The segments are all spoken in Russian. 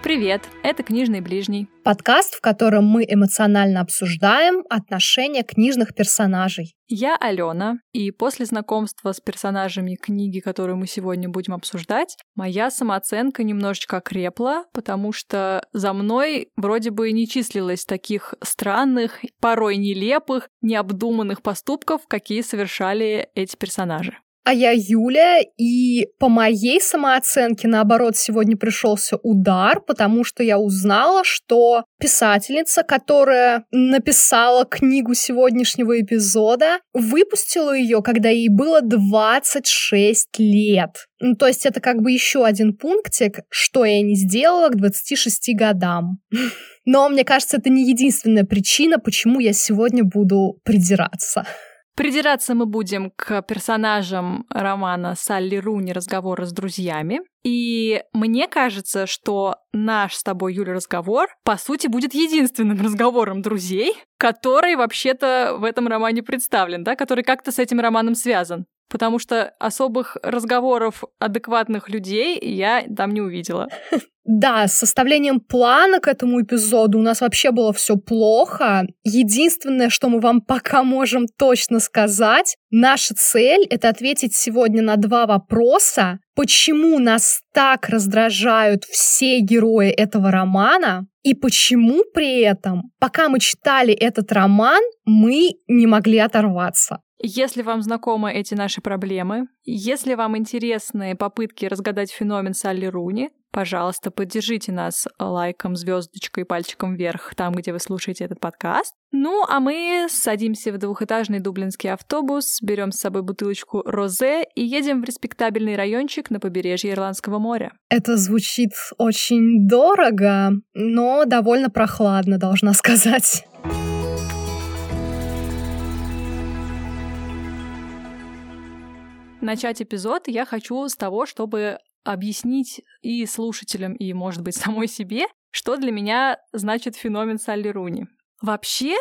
Привет, это «Книжный ближний». Подкаст, в котором мы эмоционально обсуждаем отношения книжных персонажей. Я Алена, и после знакомства с персонажами книги, которую мы сегодня будем обсуждать, моя самооценка немножечко окрепла, потому что за мной вроде бы не числилось таких странных, порой нелепых, необдуманных поступков, какие совершали эти персонажи. А я Юля, и по моей самооценке, наоборот, сегодня пришелся удар, потому что я узнала, что писательница, которая написала книгу сегодняшнего эпизода, выпустила ее, когда ей было 26 лет. Ну, то есть это как бы еще один пунктик, что я не сделала к 26 годам. Но мне кажется, это не единственная причина, почему я сегодня буду придираться. Придираться мы будем к персонажам романа Салли Руни «Разговоры с друзьями». И мне кажется, что наш с тобой, Юля, разговор, по сути, будет единственным разговором друзей, который вообще-то в этом романе представлен, да, который как-то с этим романом связан. Потому что особых разговоров адекватных людей я там не увидела. Да, с составлением плана к этому эпизоду у нас вообще было все плохо. Единственное, что мы вам пока можем точно сказать, наша цель — это ответить сегодня на 2 вопроса. Почему нас так раздражают все герои этого романа? И почему при этом, пока мы читали этот роман, мы не могли оторваться? Если вам знакомы эти наши проблемы, если вам интересны попытки разгадать феномен Салли Руни, пожалуйста, поддержите нас лайком, звездочкой и пальчиком вверх там, где вы слушаете этот подкаст. Ну, а мы садимся в двухэтажный дублинский автобус, берем с собой бутылочку розе и едем в респектабельный райончик на побережье Ирландского моря. Это звучит очень дорого, но довольно прохладно, должна сказать. Начать эпизод я хочу с того, чтобы объяснить и слушателям, и, может быть, самой себе, что для меня значит феномен Салли Руни. Вообще,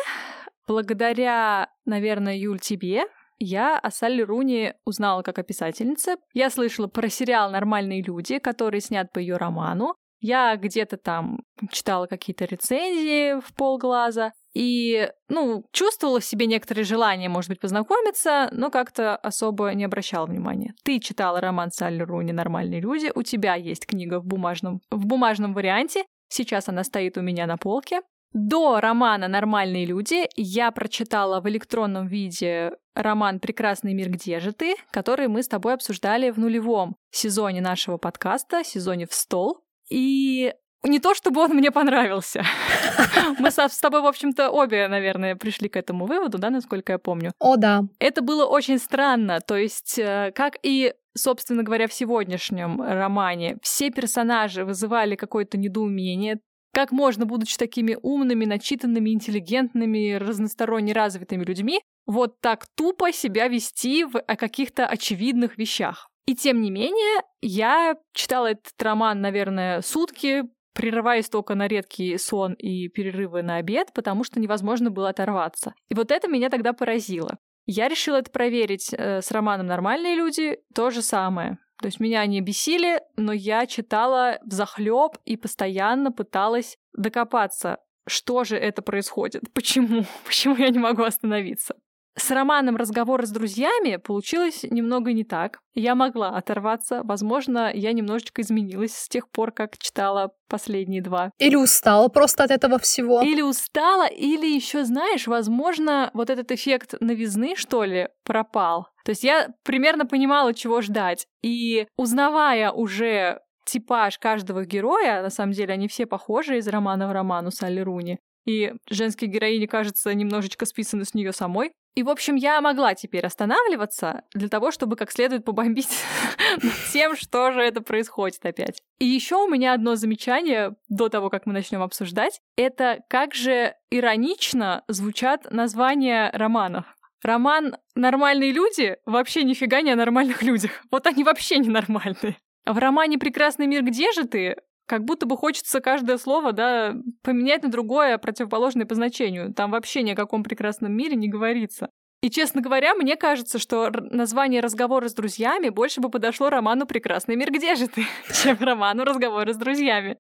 благодаря, наверное, Юль, тебе, я о Салли Руни узнала как о писательнице. Я слышала про сериал «Нормальные люди», который снят по ее роману. Я где-то там читала какие-то рецензии в полглаза. И, чувствовала в себе некоторые желания, может быть, познакомиться, но как-то особо не обращала внимания. Ты читала роман Салли Руни «Нормальные люди», у тебя есть книга в бумажном варианте, сейчас она стоит у меня на полке. До романа «Нормальные люди» я прочитала в электронном виде роман «Прекрасный мир, где же ты?», который мы с тобой обсуждали в нулевом сезоне нашего подкаста, сезоне «В стол». И не то, чтобы он мне понравился. Мы с тобой, в общем-то, обе, наверное, пришли к этому выводу, да, насколько я помню. О, да. Это было очень странно. То есть, как и, собственно говоря, в сегодняшнем романе, все персонажи вызывали какое-то недоумение. Как можно, будучи такими умными, начитанными, интеллигентными, разносторонне развитыми людьми, вот так тупо себя вести о каких-то очевидных вещах? И тем не менее, я читала этот роман, наверное, сутки, прерываясь только на редкий сон и перерывы на обед, потому что невозможно было оторваться. И вот это меня тогда поразило. Я решила это проверить с романом «Нормальные люди», то же самое. То есть меня они бесили, но я читала взахлёб и постоянно пыталась докопаться, что же это происходит, почему я не могу остановиться. С романом «Разговоры с друзьями» получилось немного не так. Я могла оторваться. Возможно, я немножечко изменилась с тех пор, как читала последние 2. Или устала просто от этого всего. Или устала, или еще, знаешь, возможно, вот этот эффект новизны, что ли, пропал. То есть я примерно понимала, чего ждать. И узнавая уже типаж каждого героя, на самом деле они все похожи из романа в роман у Салли Руни, и женские героини, кажется, немножечко списаны с нее самой. И, в общем, я могла теперь останавливаться для того, чтобы как следует побомбить над тем, что же это происходит опять. И еще у меня одно замечание до того, как мы начнем обсуждать, это как же иронично звучат названия романов. Роман «Нормальные люди» вообще нифига не о нормальных людях. Вот они вообще ненормальные. В романе «Прекрасный мир, где же ты?» как будто бы хочется каждое слово, да, поменять на другое, противоположное по значению. Там вообще ни о каком прекрасном мире не говорится. И, честно говоря, мне кажется, что название «Разговоры с друзьями» больше бы подошло роману «Прекрасный мир, где же ты?», чем роману «Разговоры с друзьями».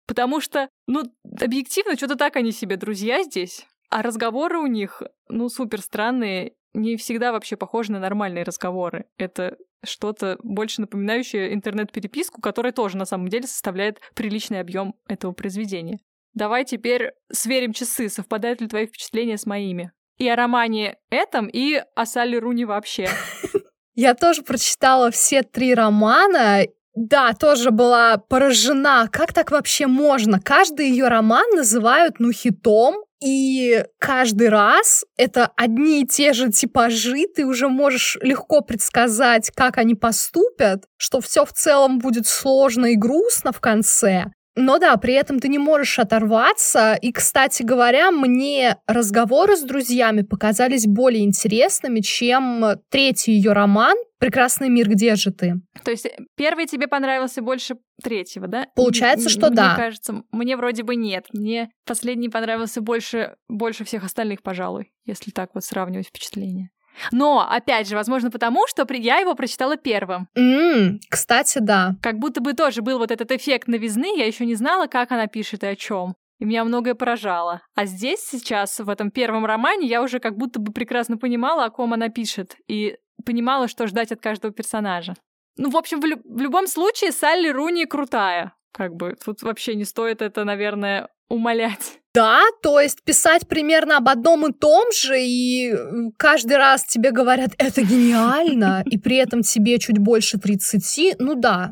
Потому что, объективно, что-то так они себе друзья здесь. А разговоры у них, супер странные, не всегда вообще похожи на нормальные разговоры. Это что-то больше напоминающее интернет-переписку, которая тоже на самом деле составляет приличный объем этого произведения. Давай теперь сверим часы, совпадают ли твои впечатления с моими. И о романе этом, и о Салли Руни вообще. Я тоже прочитала все 3 романа. Да, тоже была поражена, как так вообще можно. Каждый ее роман называют, хитом, и каждый раз это одни и те же типажи, ты уже можешь легко предсказать, как они поступят, что все в целом будет сложно и грустно в конце. Но да, при этом ты не можешь оторваться. И, кстати говоря, мне разговоры с друзьями показались более интересными, чем 3-й ее роман «Прекрасный мир, где же ты?». То есть первый тебе понравился больше 3-го, да? Получается, что да. Мне кажется, мне вроде бы нет. Мне последний понравился больше всех остальных, пожалуй, если так вот сравнивать впечатления. Но, опять же, возможно, потому что я его прочитала первым. Кстати, да. Как будто бы тоже был вот этот эффект новизны, я еще не знала, как она пишет и о чем. И меня многое поражало. А здесь сейчас, в этом первом романе, я уже как будто бы прекрасно понимала, о ком она пишет, и понимала, что ждать от каждого персонажа. В общем, в любом случае, Салли Руни крутая. Тут вообще не стоит это, наверное, умалять. Да, то есть писать примерно об одном и том же, и каждый раз тебе говорят, это гениально, и при этом тебе чуть больше 30, да,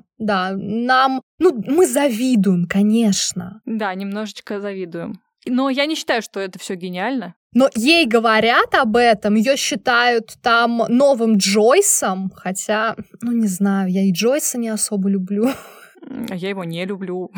мы завидуем, конечно. Да, немножечко завидуем. Но я не считаю, что это все гениально. Но ей говорят об этом, ее считают там новым Джойсом, хотя, не знаю, я и Джойса не особо люблю. Я его не люблю.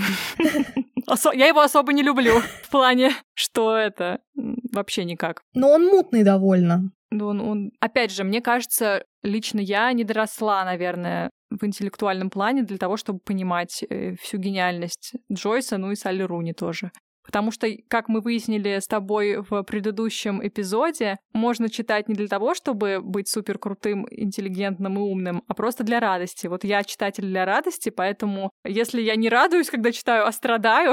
Я его особо не люблю. В плане, что это вообще никак. Но он мутный довольно. Он, опять же, мне кажется, лично я не доросла, наверное, в интеллектуальном плане для того, чтобы понимать всю гениальность Джойса, и Салли Руни тоже. Потому что, как мы выяснили с тобой в предыдущем эпизоде, можно читать не для того, чтобы быть супер крутым, интеллигентным и умным, а просто для радости. Вот я читатель для радости, поэтому если я не радуюсь, когда читаю, а страдаю,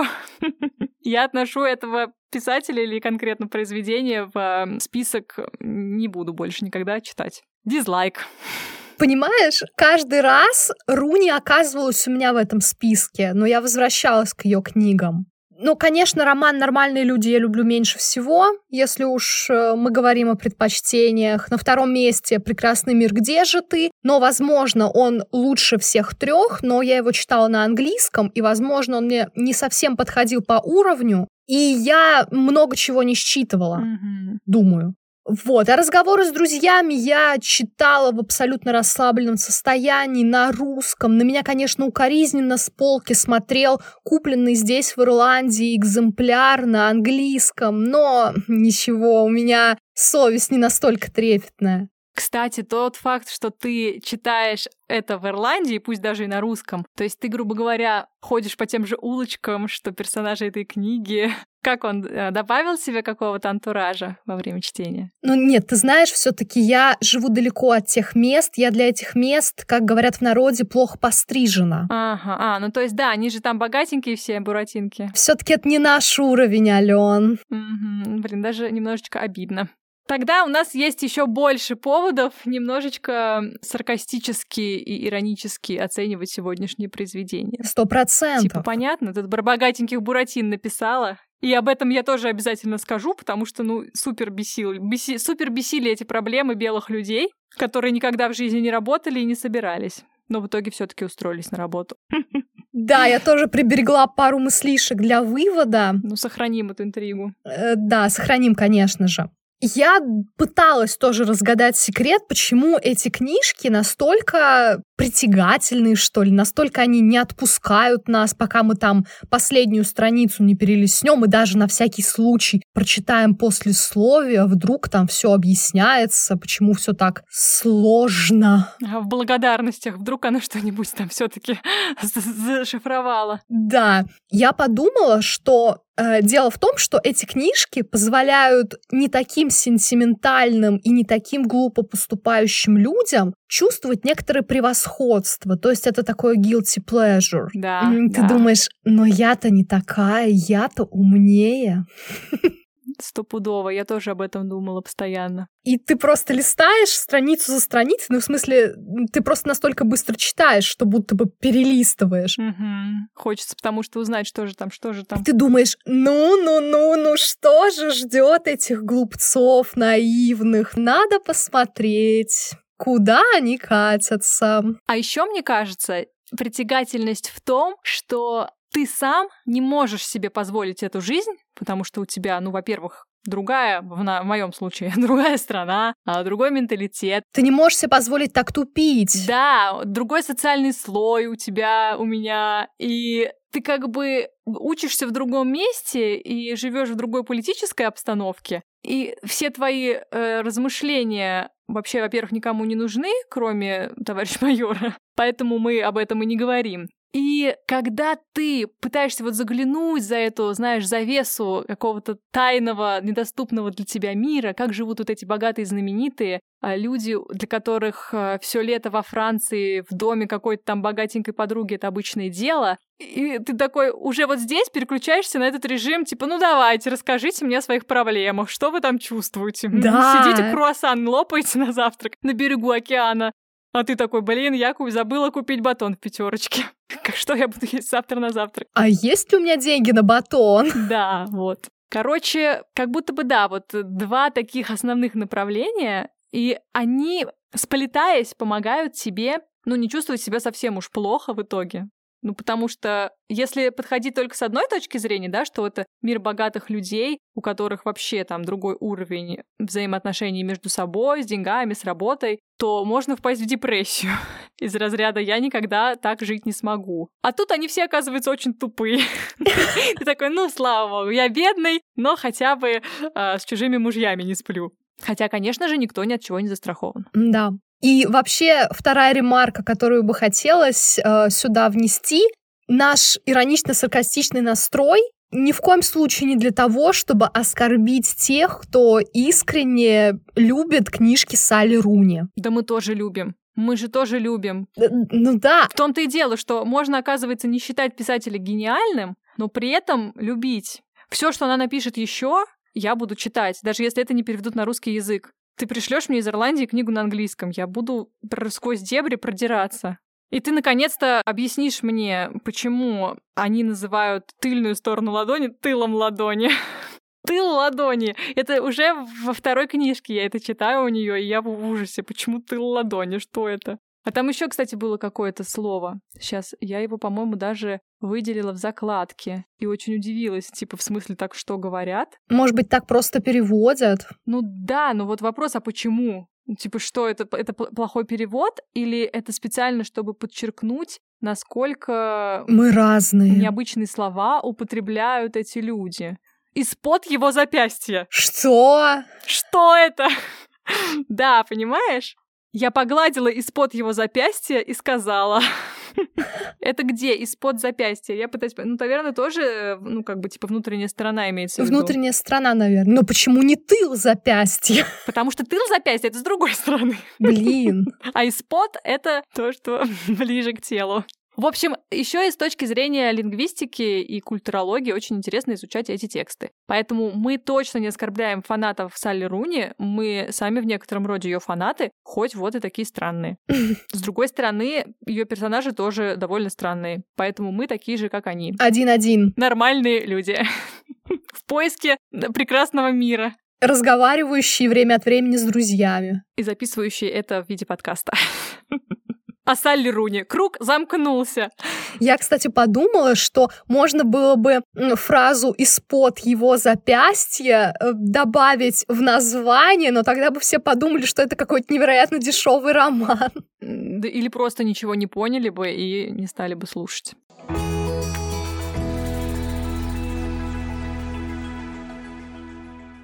я отношу этого писателя или конкретно произведение в список «не буду больше никогда читать». Дизлайк. Понимаешь, каждый раз Руни оказывалась у меня в этом списке, но я возвращалась к ее книгам. Конечно, роман «Нормальные люди» я люблю меньше всего, если уж мы говорим о предпочтениях. На 2-м месте «Прекрасный мир, где же ты?». Но, возможно, он лучше всех 3, но я его читала на английском, и, возможно, он мне не совсем подходил по уровню, и я много чего не считывала, думаю. А разговоры с друзьями я читала в абсолютно расслабленном состоянии, на русском. На меня, конечно, укоризненно с полки смотрел купленный здесь, в Ирландии, экземпляр на английском, но ничего, у меня совесть не настолько трепетная. Кстати, тот факт, что ты читаешь это в Ирландии, пусть даже и на русском, то есть ты, грубо говоря, ходишь по тем же улочкам, что персонажи этой книги. Как он добавил себе какого-то антуража во время чтения? Нет, ты знаешь, все-таки я живу далеко от тех мест, я для этих мест, как говорят в народе, плохо пострижена. Ага, то есть да, они же там богатенькие все, буратинки. Все-таки это не наш уровень, Алён. Даже немножечко обидно. Тогда у нас есть еще больше поводов немножечко саркастически и иронически оценивать сегодняшние произведения. 100%. Понятно? Тут про богатеньких буратин написала. И об этом я тоже обязательно скажу, потому что, супер бесили эти проблемы белых людей, которые никогда в жизни не работали и не собирались. Но в итоге все-таки устроились на работу. Да, я тоже приберегла пару мыслишек для вывода. Сохраним эту интригу. Да, сохраним, конечно же. Я пыталась тоже разгадать секрет, почему эти книжки настолько притягательные, что ли, настолько они не отпускают нас, пока мы там последнюю страницу не перелистнем, и даже на всякий случай прочитаем послесловие, вдруг там все объясняется, почему все так сложно. А в благодарностях вдруг она что-нибудь там все-таки зашифровала. Да, я подумала, что Дело в том, что эти книжки позволяют не таким сентиментальным и не таким глупо поступающим людям чувствовать некоторое превосходство. То есть это такое guilty pleasure. Да, Ты думаешь, но я-то не такая, я-то умнее. Стопудово, я тоже об этом думала постоянно. И ты просто листаешь страницу за страницей, ну, в смысле, ты просто настолько быстро читаешь, что будто бы перелистываешь. Хочется потому что узнать, что же там. И ты думаешь, ну, что же ждет этих глупцов наивных? Надо посмотреть, куда они катятся. А еще мне кажется, притягательность в том, что ты сам не можешь себе позволить эту жизнь, потому что у тебя, во-первых, другая, в моем случае, другая страна, другой менталитет. Ты не можешь себе позволить так тупить. Да, другой социальный слой у тебя, у меня, и ты как бы учишься в другом месте и живешь в другой политической обстановке, и все твои размышления вообще, во-первых, никому не нужны, кроме товарища майора, поэтому мы об этом и не говорим. И когда ты пытаешься заглянуть за эту, завесу какого-то тайного, недоступного для тебя мира, как живут эти богатые, знаменитые люди, для которых все лето во Франции в доме какой-то там богатенькой подруги — это обычное дело, и ты такой уже здесь переключаешься на этот режим, типа, давайте, расскажите мне о своих проблемах, что вы там чувствуете? Да. Сидите, круассан лопаете на завтрак на берегу океана. А ты такой, я забыла купить батон в Пятерочке. Что я буду есть завтра на завтрак? А есть ли у меня деньги на батон? Да, Короче, как будто бы, два таких основных направления, и они, сплетаясь, помогают тебе, не чувствовать себя совсем уж плохо в итоге. Потому что если подходить только с одной точки зрения, что это мир богатых людей, у которых вообще там другой уровень взаимоотношений между собой, с деньгами, с работой, то можно впасть в депрессию из разряда «я никогда так жить не смогу». А тут они все, оказываются, очень тупые. Ты такой, слава богу, я бедный, но хотя бы с чужими мужьями не сплю. Хотя, конечно же, никто ни от чего не застрахован. Да. И вообще вторая ремарка, которую бы хотелось сюда внести, наш иронично-саркастичный настрой ни в коем случае не для того, чтобы оскорбить тех, кто искренне любит книжки Салли Руни. Да мы тоже любим. Мы же тоже любим. Да. В том-то и дело, что можно, оказывается, не считать писателя гениальным, но при этом любить. Все, что она напишет еще, я буду читать, даже если это не переведут на русский язык. Ты пришлешь мне из Ирландии книгу на английском, я буду сквозь дебри продираться. И ты, наконец-то, объяснишь мне, почему они называют тыльную сторону ладони тылом ладони. Тыл ладони. Это уже во второй книжке я это читаю у нее, и я в ужасе. Почему тыл ладони? Что это? А там еще, кстати, было какое-то слово. Сейчас я его, по-моему, даже выделила в закладке. И очень удивилась. Типа, в смысле, так что говорят? Может быть, так просто переводят? Да, но вопрос, а почему? Типа, что это плохой перевод? Или это специально, чтобы подчеркнуть, насколько мы разные, необычные слова употребляют эти люди? Из-под его запястья. Что? Что это? Да, понимаешь? Я погладила из-под его запястья и сказала. Это где? Из-под запястья. Я пытаюсь... наверное, тоже, внутренняя сторона имеется в виду. Внутренняя сторона, наверное. Но почему не тыл запястья? Потому что тыл запястья — это с другой стороны. Блин. А из-под — это то, что ближе к телу. В общем, еще и с точки зрения лингвистики и культурологии очень интересно изучать эти тексты. Поэтому мы точно не оскорбляем фанатов Салли Руни, мы сами в некотором роде ее фанаты, хоть и такие странные. С другой стороны, ее персонажи тоже довольно странные, поэтому мы такие же, как они. 1-1. Нормальные люди. В поиске прекрасного мира. Разговаривающие время от времени с друзьями. И записывающие это в виде подкаста. А Салли Руни. Круг замкнулся. Я, кстати, подумала, что можно было бы фразу «из-под его запястья» добавить в название, но тогда бы все подумали, что это какой-то невероятно дешевый роман. Или просто ничего не поняли бы и не стали бы слушать.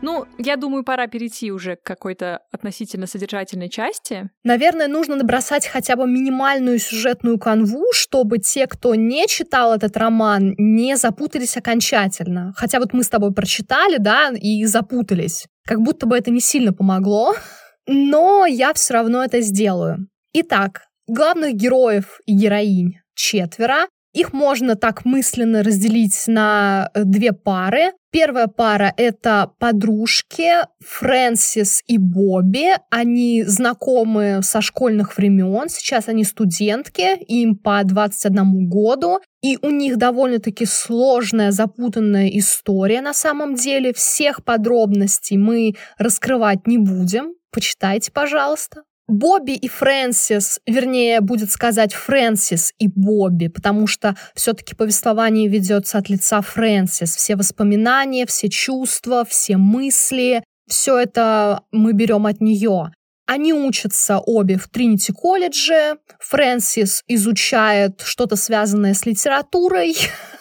Ну, я думаю, пора перейти уже к какой-то относительно содержательной части. Наверное, нужно набросать хотя бы минимальную сюжетную канву, чтобы те, кто не читал этот роман, не запутались окончательно. Хотя вот мы с тобой прочитали, да, и запутались. Как будто бы это не сильно помогло, но я все равно это сделаю. Итак, главных героев и героинь 4. Их можно так мысленно разделить на 2 пары. Первая пара — это подружки Фрэнсис и Бобби. Они знакомы со школьных времен. Сейчас они студентки, им по 21 году. И у них довольно-таки сложная, запутанная история на самом деле. Всех подробностей мы раскрывать не будем. Почитайте, пожалуйста. Бобби и Фрэнсис, вернее, будет сказать Фрэнсис и Бобби, потому что все-таки повествование ведется от лица Фрэнсис. Все воспоминания, все чувства, все мысли, все это мы берем от нее. Они учатся обе в Тринити-колледже. Фрэнсис изучает что-то связанное с литературой,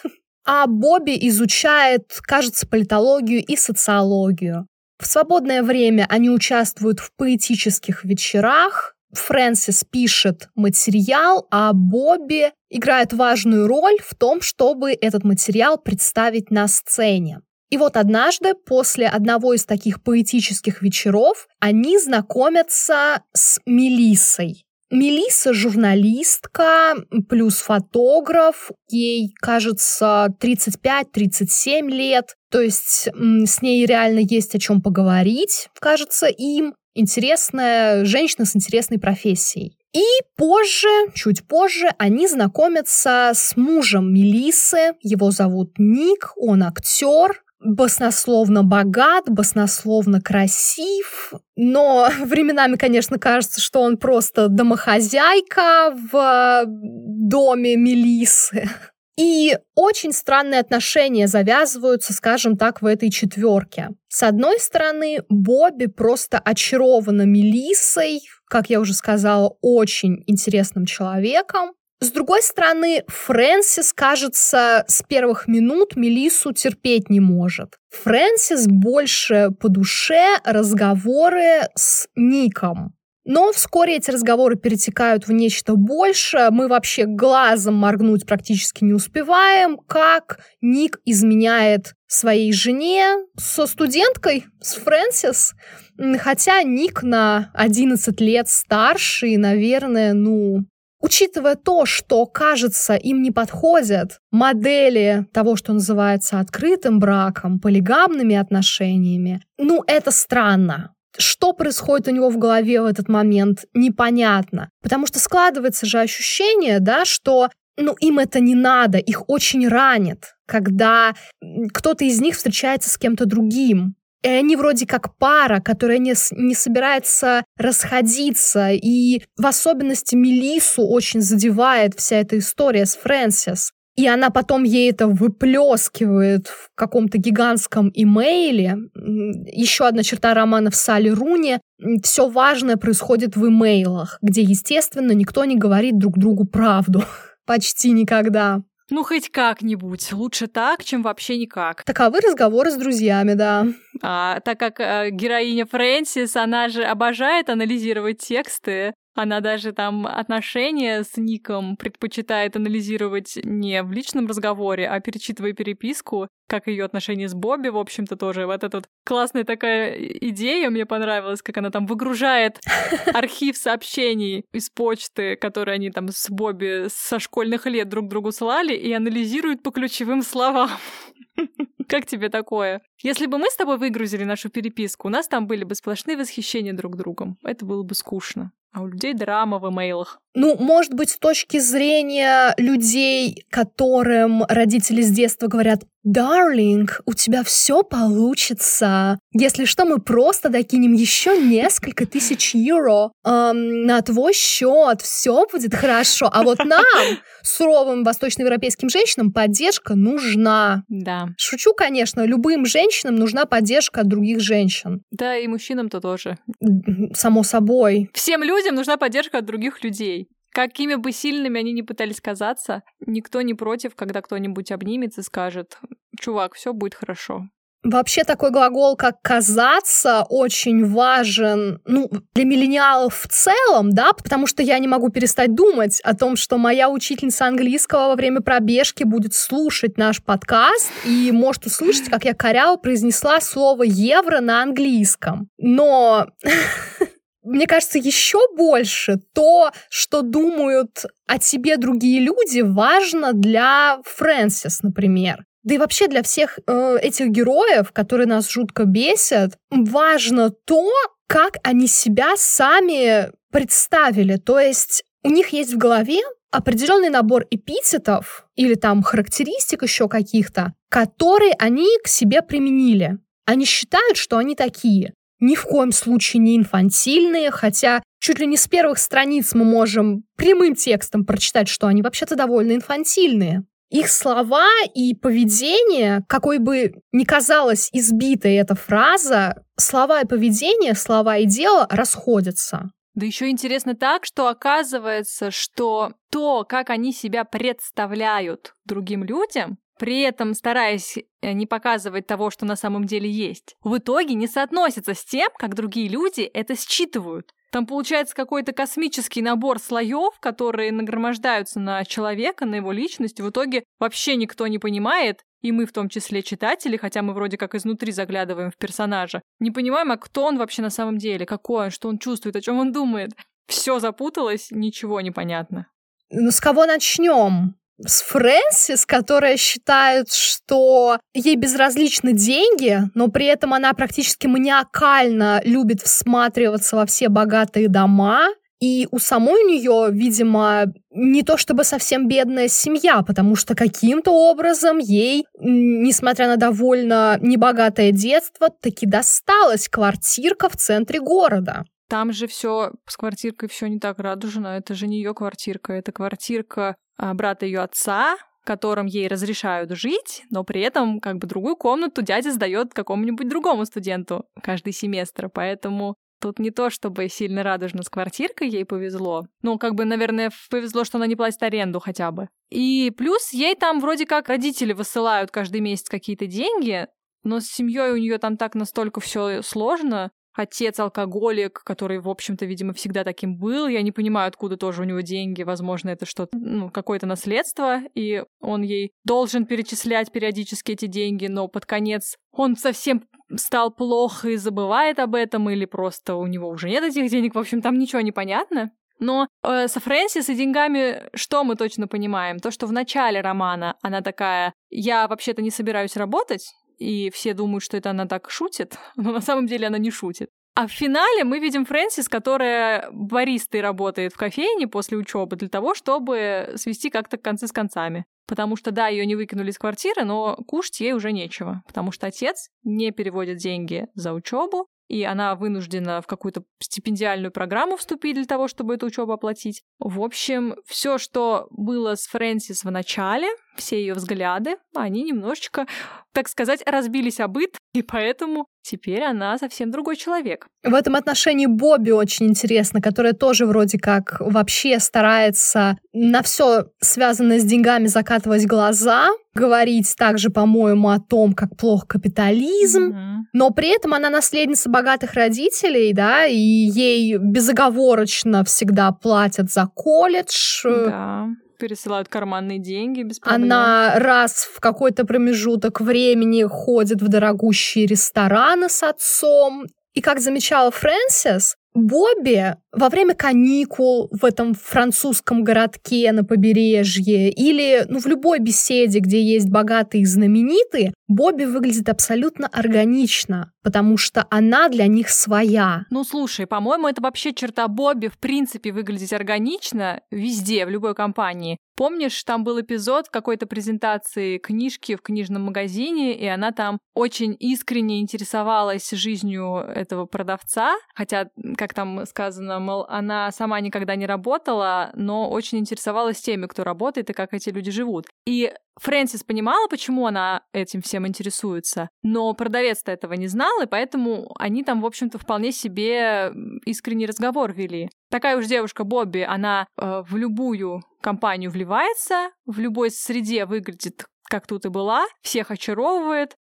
а Бобби изучает, кажется, политологию и социологию. В свободное время они участвуют в поэтических вечерах. Фрэнсис пишет материал, а Бобби играет важную роль в том, чтобы этот материал представить на сцене. И вот однажды, после одного из таких поэтических вечеров, они знакомятся с Мелиссой. Мелисса — журналистка, плюс фотограф. Ей, кажется, 35-37 лет. То есть с ней реально есть о чем поговорить, кажется, им. Интересная женщина с интересной профессией. И позже, чуть позже, они знакомятся с мужем Мелиссы. Его зовут Ник, он актер. Баснословно богат, баснословно красив, но временами, конечно, кажется, что он просто домохозяйка в доме Мелиссы. И очень странные отношения завязываются, скажем так, в этой 4. С одной стороны, Бобби просто очарована Мелиссой, как я уже сказала, очень интересным человеком. С другой стороны, Фрэнсис, кажется, с первых минут Мелиссу терпеть не может. Фрэнсис больше по душе разговоры с Ником. Но вскоре эти разговоры перетекают в нечто большее. Мы вообще глазом моргнуть практически не успеваем, как Ник изменяет своей жене со студенткой, с Фрэнсис. Хотя Ник на 11 лет старше и, наверное, учитывая то, что, кажется, им не подходят модели того, что называется открытым браком, полигамными отношениями, это странно. Что происходит у него в голове в этот момент, непонятно. Потому что складывается же ощущение, да, что им это не надо, их очень ранит, когда кто-то из них встречается с кем-то другим. И они вроде как пара, которая не собирается расходиться. И в особенности Мелиссу очень задевает вся эта история с Фрэнсис. И она потом ей это выплескивает в каком-то гигантском имейле. Еще одна черта романа в Салли Руни. Все важное происходит в имейлах, где, естественно, никто не говорит друг другу правду. Почти никогда. Хоть как-нибудь. Лучше так, чем вообще никак. Таковы разговоры с друзьями, да. Так как героиня Фрэнсис, она же обожает анализировать тексты. Она даже там отношения с Ником предпочитает анализировать не в личном разговоре, а перечитывая переписку, как ее отношения с Бобби, в общем-то, тоже. Вот эта вот классная такая идея мне понравилась, как она там выгружает архив сообщений из почты, которые они там с Бобби со школьных лет друг другу слали, и анализирует по ключевым словам. Как тебе такое? Если бы мы с тобой выгрузили нашу переписку, у нас там были бы сплошные восхищения друг другом. Это было бы скучно. А у людей драма в имейлах. Может быть, с точки зрения людей, которым родители с детства говорят: «Дарлинг, у тебя все получится. Если что, мы просто докинем еще несколько тысяч евро на твой счет. Все будет хорошо». А вот нам, суровым восточноевропейским женщинам, поддержка нужна. Да. Шучу, конечно, любым женщинам нужна поддержка от других женщин. Да, и мужчинам-то тоже. Само собой. Всем людям нужна поддержка от других людей. Какими бы сильными они ни пытались казаться, никто не против, когда кто-нибудь обнимет и скажет: «Чувак, все будет хорошо». Вообще такой глагол, как «казаться», очень важен, для миллениалов в целом, да, потому что я не могу перестать думать о том, что моя учительница английского во время пробежки будет слушать наш подкаст и может услышать, как я коряво произнесла слово «евро» на английском. Но мне кажется, еще больше то, что думают о тебе другие люди, важно для Фрэнсис, например. Да и вообще для всех этих героев, которые нас жутко бесят, важно то, как они себя сами представили. То есть у них есть в голове определенный набор эпитетов или там характеристик еще каких-то, которые они к себе применили. Они считают, что они такие. Ни в коем случае не инфантильные, хотя чуть ли не с первых страниц мы можем прямым текстом прочитать, что они вообще-то довольно инфантильные. Их слова и поведение, какой бы ни казалась избитой эта фраза, слова и поведение, слова и дело расходятся. Да еще интересно так, что оказывается, что то, как они себя представляют другим людям, при этом стараясь не показывать того, что на самом деле есть, в итоге не соотносится с тем, как другие люди это считывают. Там получается какой-то космический набор слоев, которые нагромождаются на человека, на его личность. В итоге вообще никто не понимает, и мы в том числе читатели, хотя мы вроде как изнутри заглядываем в персонажа, не понимаем, а кто он вообще на самом деле, какой он, что он чувствует, о чем он думает. Все запуталось, ничего не понятно. Ну, с кого начнем? С Фрэнсис, которая считает, что ей безразличны деньги, но при этом она практически маниакально любит всматриваться во все богатые дома. И у самой у нее, видимо, не то чтобы совсем бедная семья, потому что каким-то образом ей, несмотря на довольно небогатое детство, таки досталась квартирка в центре города. Там же все с квартиркой все не так радужно. Это же не ее квартирка, это квартирка брата ее отца, в котором ей разрешают жить, но при этом как бы другую комнату дядя сдает какому-нибудь другому студенту каждый семестр. Поэтому тут не то, чтобы сильно радужно с квартиркой ей повезло. Ну, как бы, наверное, повезло, что она не платит аренду хотя бы. И плюс ей там вроде как родители высылают каждый месяц какие-то деньги, но с семьей у нее там так настолько все сложно. Отец алкоголик, который, в общем-то, видимо, всегда таким был. Я не понимаю, откуда тоже у него деньги. Возможно, это что-то, какое-то наследство, и он ей должен перечислять периодически эти деньги, но под конец он совсем стал плохо и забывает об этом, или просто у него уже нет этих денег. В общем, там ничего не понятно. Но со Фрэнсис и деньгами что мы точно понимаем? То, что в начале романа она такая: я вообще-то не собираюсь работать, и все думают, что это она так шутит, но на самом деле она не шутит. А в финале мы видим Фрэнсис, которая баристой работает в кофейне после учебы для того, чтобы свести как-то концы с концами. Потому что, да, ее не выкинули из квартиры, но кушать ей уже нечего, потому что отец не переводит деньги за учебу, и она вынуждена в какую-то стипендиальную программу вступить для того, чтобы эту учебу оплатить. В общем, все, что было с Фрэнсис в начале, все ее взгляды, они немножечко, так сказать, разбились о быт, и поэтому теперь она совсем другой человек. В этом отношении Бобби очень интересно, которая тоже вроде как вообще старается на все связанное с деньгами закатывать глаза, говорить также, по-моему, о том, как плох капитализм, но при этом она наследница богатых родителей, да, и ей безоговорочно всегда платят за колледж. Да. Пересылают карманные деньги без проблем. Она раз в какой-то промежуток времени ходит в дорогущие рестораны с отцом. И, как замечала Фрэнсис, Бобби во время каникул в этом французском городке на побережье или в любой беседе, где есть богатые и знаменитые, Бобби выглядит абсолютно органично, потому что она для них своя. Ну, слушай, по-моему, это вообще черта Бобби, в принципе, выглядеть органично везде, в любой компании. Помнишь, там был эпизод какой-то презентации книжки в книжном магазине, и она там очень искренне интересовалась жизнью этого продавца, хотя, как там сказано, мол, она сама никогда не работала, но очень интересовалась теми, кто работает и как эти люди живут. И Фрэнсис понимала, почему она этим всем интересуется, но продавец-то этого не знал, и поэтому они там, в общем-то, вполне себе искренний разговор вели. Такая уж девушка Бобби, она в любую компанию вливается, в любой среде выглядит, как тут и была, всех очаровывает,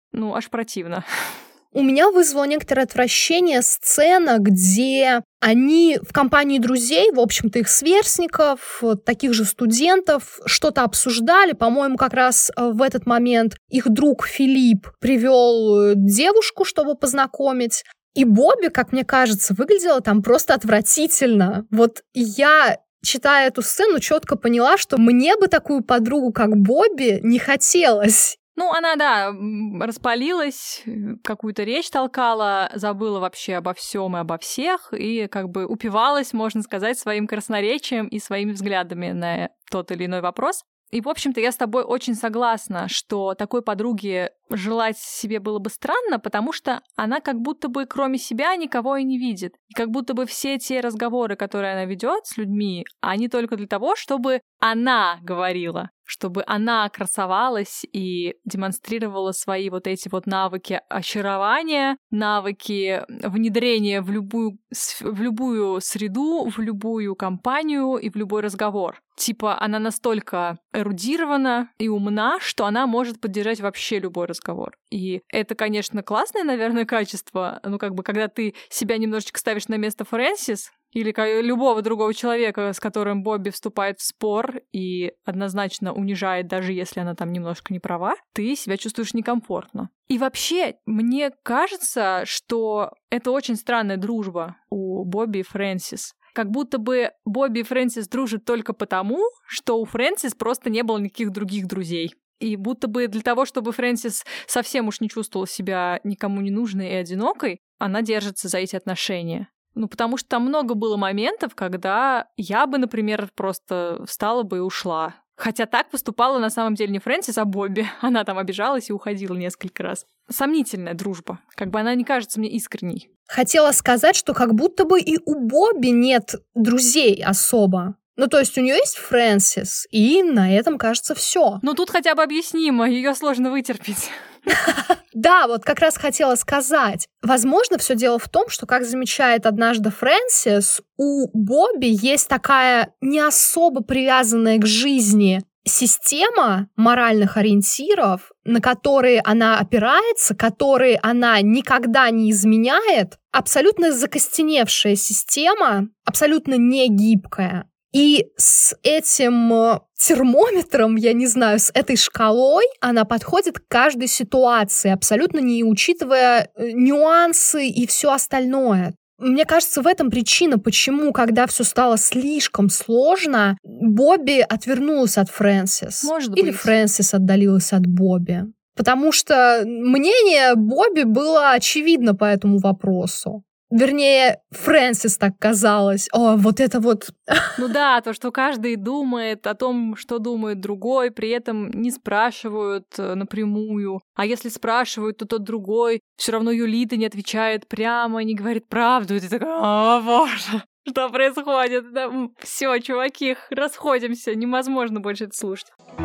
аж противно. У меня вызвало некоторое отвращение сцена, где они в компании друзей, в общем-то, их сверстников, таких же студентов, что-то обсуждали. По-моему, как раз в этот момент их друг Филипп привел девушку, чтобы познакомить. И Бобби, как мне кажется, выглядела там просто отвратительно. Вот я, читая эту сцену, четко поняла, что мне бы такую подругу, как Бобби, не хотелось. Она, да, распалилась, какую-то речь толкала, забыла вообще обо всем и обо всех, и как бы упивалась, можно сказать, своим красноречием и своими взглядами на тот или иной вопрос. И, в общем-то, я с тобой очень согласна, что такой подруге желать себе было бы странно, потому что она как будто бы кроме себя никого и не видит. И как будто бы все те разговоры, которые она ведет с людьми, они только для того, чтобы она говорила, чтобы она красовалась и демонстрировала свои вот эти вот навыки очарования, навыки внедрения в любую среду, в любую компанию и в любой разговор. Типа, она настолько эрудирована и умна, что она может поддержать вообще любой разговор. И это, конечно, классное, наверное, качество. Когда ты себя немножечко ставишь на место Фрэнсис или любого другого человека, с которым Бобби вступает в спор и однозначно унижает, даже если она там немножко не права, ты себя чувствуешь некомфортно. И вообще, мне кажется, что это очень странная дружба у Бобби и Фрэнсис. Как будто бы Бобби и Фрэнсис дружат только потому, что у Фрэнсис просто не было никаких других друзей. И будто бы для того, чтобы Фрэнсис совсем уж не чувствовала себя никому не нужной и одинокой, она держится за эти отношения. Потому что там много было моментов, когда я бы, например, просто встала бы и ушла. Хотя так поступала на самом деле не Фрэнсис, а Бобби. Она там обижалась и уходила несколько раз. Сомнительная дружба. Она не кажется мне искренней. Хотела сказать, что как будто бы и у Бобби нет друзей особо. То есть у нее есть Фрэнсис, и на этом, кажется, все. Тут хотя бы объяснимо, ее сложно вытерпеть. Да, вот как раз хотела сказать. Возможно, все дело в том, что, как замечает однажды Фрэнсис, у Бобби есть такая не особо привязанная к жизни система моральных ориентиров, на которые она опирается, которые она никогда не изменяет, абсолютно закостеневшая система, абсолютно не гибкая. И с этим термометром, я не знаю, с этой шкалой она подходит к каждой ситуации, абсолютно не учитывая нюансы и все остальное. Мне кажется, в этом причина, почему, когда все стало слишком сложно, Бобби отвернулась от Фрэнсис. Может Или быть. Фрэнсис отдалилась от Бобби. Потому что мнение Бобби было очевидно по этому вопросу. Вернее, Фрэнсис так казалось. Вот это вот... Да, то, что каждый думает о том, что думает другой, при этом не спрашивают напрямую. А если спрашивают, то тот другой все равно юлит и не отвечает прямо, не говорит правду. И ты такая, о боже, что происходит? Да, все, чуваки, расходимся, невозможно больше это слушать.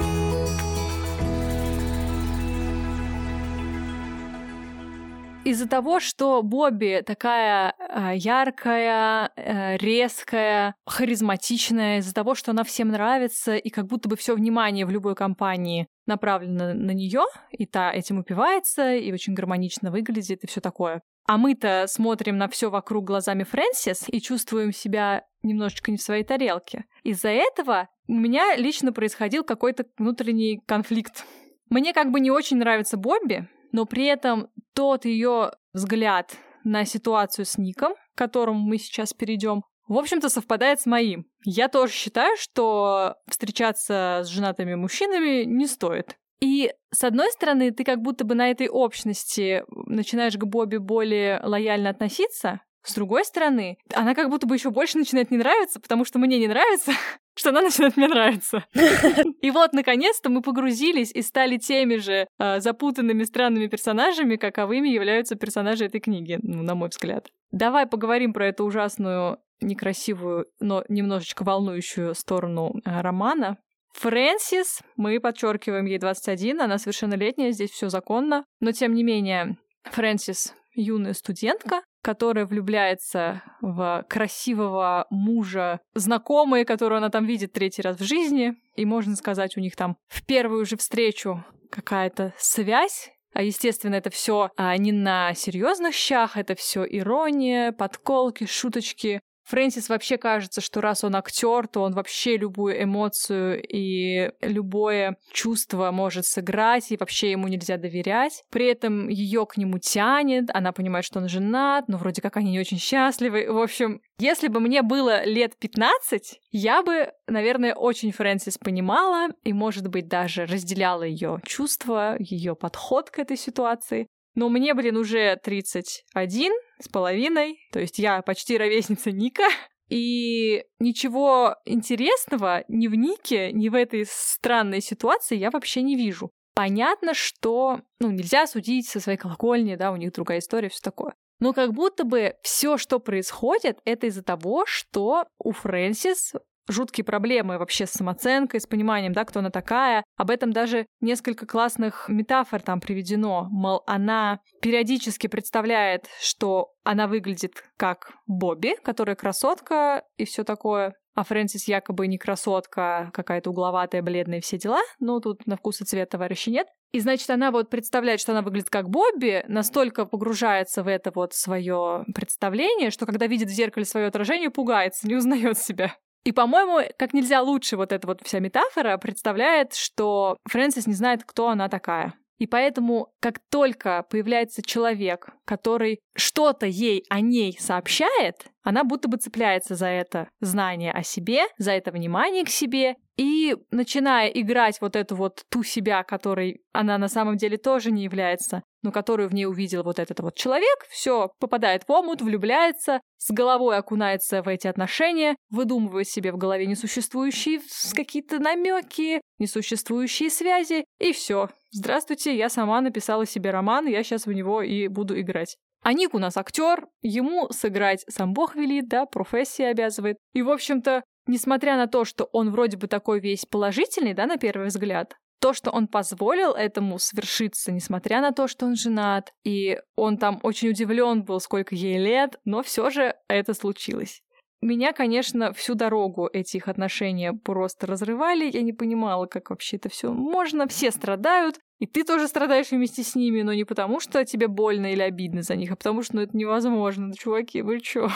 Из-за того, что Бобби такая яркая, резкая, харизматичная, из-за того, что она всем нравится, и как будто бы все внимание в любой компании направлено на нее, и та этим упивается, и очень гармонично выглядит, и все такое. А мы-то смотрим на все вокруг глазами Фрэнсис и чувствуем себя немножечко не в своей тарелке. Из-за этого у меня лично происходил какой-то внутренний конфликт. Мне не очень нравится Бобби, но при этом тот ее взгляд на ситуацию с Ником, к которому мы сейчас перейдем, в общем-то, совпадает с моим. Я тоже считаю, что встречаться с женатыми мужчинами не стоит. И, с одной стороны, ты как будто бы на этой общности начинаешь к Бобби более лояльно относиться, с другой стороны, она как будто бы еще больше начинает не нравиться, потому что мне не нравится, что она начинает мне нравиться. И вот, наконец-то, мы погрузились и стали теми же запутанными, странными персонажами, каковыми являются персонажи этой книги, на мой взгляд. Давай поговорим про эту ужасную, некрасивую, но немножечко волнующую сторону романа. Фрэнсис, мы подчеркиваем, ей 21, она совершеннолетняя, здесь все законно, но тем не менее, Фрэнсис юная студентка, которая влюбляется в красивого мужа знакомой, которую она там видит 3-й раз в жизни. И можно сказать, у них там в первую же встречу какая-то связь Естественно, это все не на серьезных щах, это все ирония, подколки, шуточки. Фрэнсис вообще кажется, что раз он актер, то он вообще любую эмоцию и любое чувство может сыграть, и вообще ему нельзя доверять. При этом ее к нему тянет, она понимает, что он женат, но вроде как они не очень счастливы. В общем, если бы мне было лет 15, я бы, наверное, очень Фрэнсис понимала и, может быть, даже разделяла ее чувства, ее подход к этой ситуации. Но мне, уже 31 с половиной, то есть я почти ровесница Ника, и ничего интересного ни в Нике, ни в этой странной ситуации я вообще не вижу. Понятно, что, нельзя судить со своей колокольни, да, у них другая история, все такое. Но как будто бы все, что происходит, это из-за того, что у Фрэнсис жуткие проблемы вообще с самооценкой, с пониманием, да, кто она такая. Об этом даже несколько классных метафор там приведено. Мол, она периодически представляет, что она выглядит как Бобби, которая красотка и все такое. А Фрэнсис якобы не красотка, какая-то угловатая, бледная, все дела. Но тут на вкус и цвет товарища нет. И, значит, она представляет, что она выглядит как Бобби, настолько погружается в это свое представление, что когда видит в зеркале свое отражение, пугается, не узнает себя. И, по-моему, как нельзя лучше эта вся метафора представляет, что Фрэнсис не знает, кто она такая. И поэтому, как только появляется человек, который что-то ей о ней сообщает, она будто бы цепляется за это знание о себе, за это внимание к себе, и начиная играть эту ту себя, которой она на самом деле тоже не является, но которую в ней увидел этот человек, все попадает в омут, влюбляется, с головой окунается в эти отношения, выдумывает себе в голове несуществующие какие-то намеки, несуществующие связи, и все. Здравствуйте, я сама написала себе роман, я сейчас в него и буду играть. А Ник у нас актер, ему сыграть сам Бог велит, да, профессия обязывает. И, в общем-то, несмотря на то, что он вроде бы такой весь положительный, да, на первый взгляд, то, что он позволил этому свершиться, несмотря на то, что он женат, и он там очень удивлен был, сколько ей лет, но все же это случилось. Меня, конечно, всю дорогу эти их отношения просто разрывали. Я не понимала, как вообще это все можно. Все страдают, и ты тоже страдаешь вместе с ними, но не потому, что тебе больно или обидно за них, а потому что это невозможно. Чуваки, вы чё?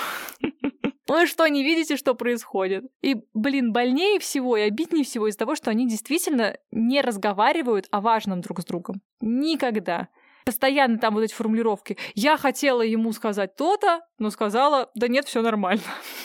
Вы что, не видите, что происходит? И, больнее всего и обиднее всего из-за того, что они действительно не разговаривают о важном друг с другом. Никогда. Постоянно там эти формулировки. Я хотела ему сказать то-то, но сказала, да нет, все нормально.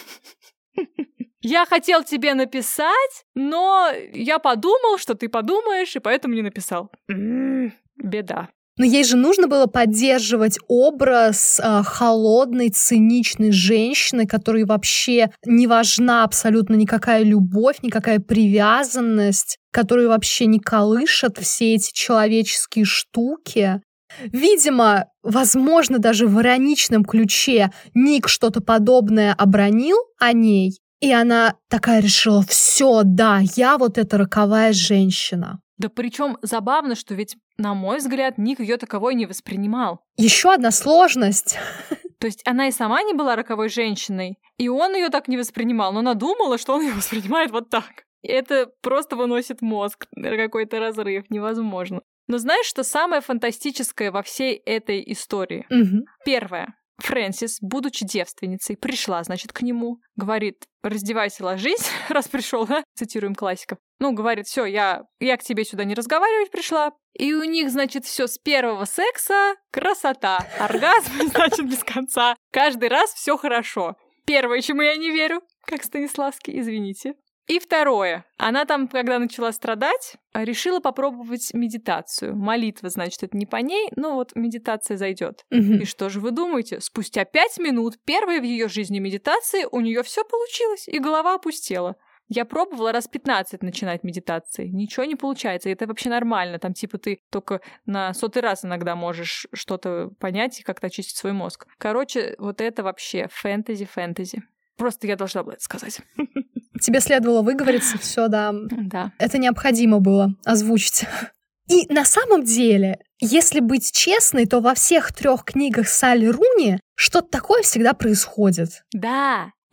Я хотел тебе написать, но я подумал, что ты подумаешь, и поэтому не написал. Беда. Но ей же нужно было поддерживать образ холодной, циничной женщины, которой вообще не важна абсолютно никакая любовь, никакая привязанность, которую вообще не колышат все эти человеческие штуки. Видимо, возможно, даже в ироничном ключе Ник что-то подобное обронил о ней, и она такая решила: все, да, я эта роковая женщина. Да причем забавно, что ведь, на мой взгляд, Ник ее таковой не воспринимал. Еще одна сложность. То есть она и сама не была роковой женщиной, и он ее так не воспринимал, но она думала, что он ее воспринимает вот так. И это просто выносит мозг, какой-то разрыв, невозможно. Но знаешь, что самое фантастическое во всей этой истории? Первое. Фрэнсис, будучи девственницей, пришла, значит, к нему, говорит: раздевайся, ложись, раз пришел, да? Цитируем классиков. Говорит: все, я к тебе сюда не разговаривать пришла. И у них, значит, все с первого секса красота. Оргазм, значит, без конца. Каждый раз все хорошо. Первое, чему я не верю, как Станиславский, извините. И второе. Она там, когда начала страдать, решила попробовать медитацию. Молитва, значит, это не по ней, но медитация зайдет. И что же вы думаете? Спустя 5 минут первой в ее жизни медитации у нее все получилось, и голова опустела. Я пробовала раз 15 начинать медитации. Ничего не получается. И это вообще нормально. Там ты только на 100-й раз иногда можешь что-то понять и как-то очистить свой мозг. Короче, это вообще фэнтези. Просто я должна была это сказать. Тебе следовало выговориться, все, да. Да. Это необходимо было озвучить. И на самом деле, если быть честной, то во всех 3 книгах Салли Руни что-то такое всегда происходит. Да.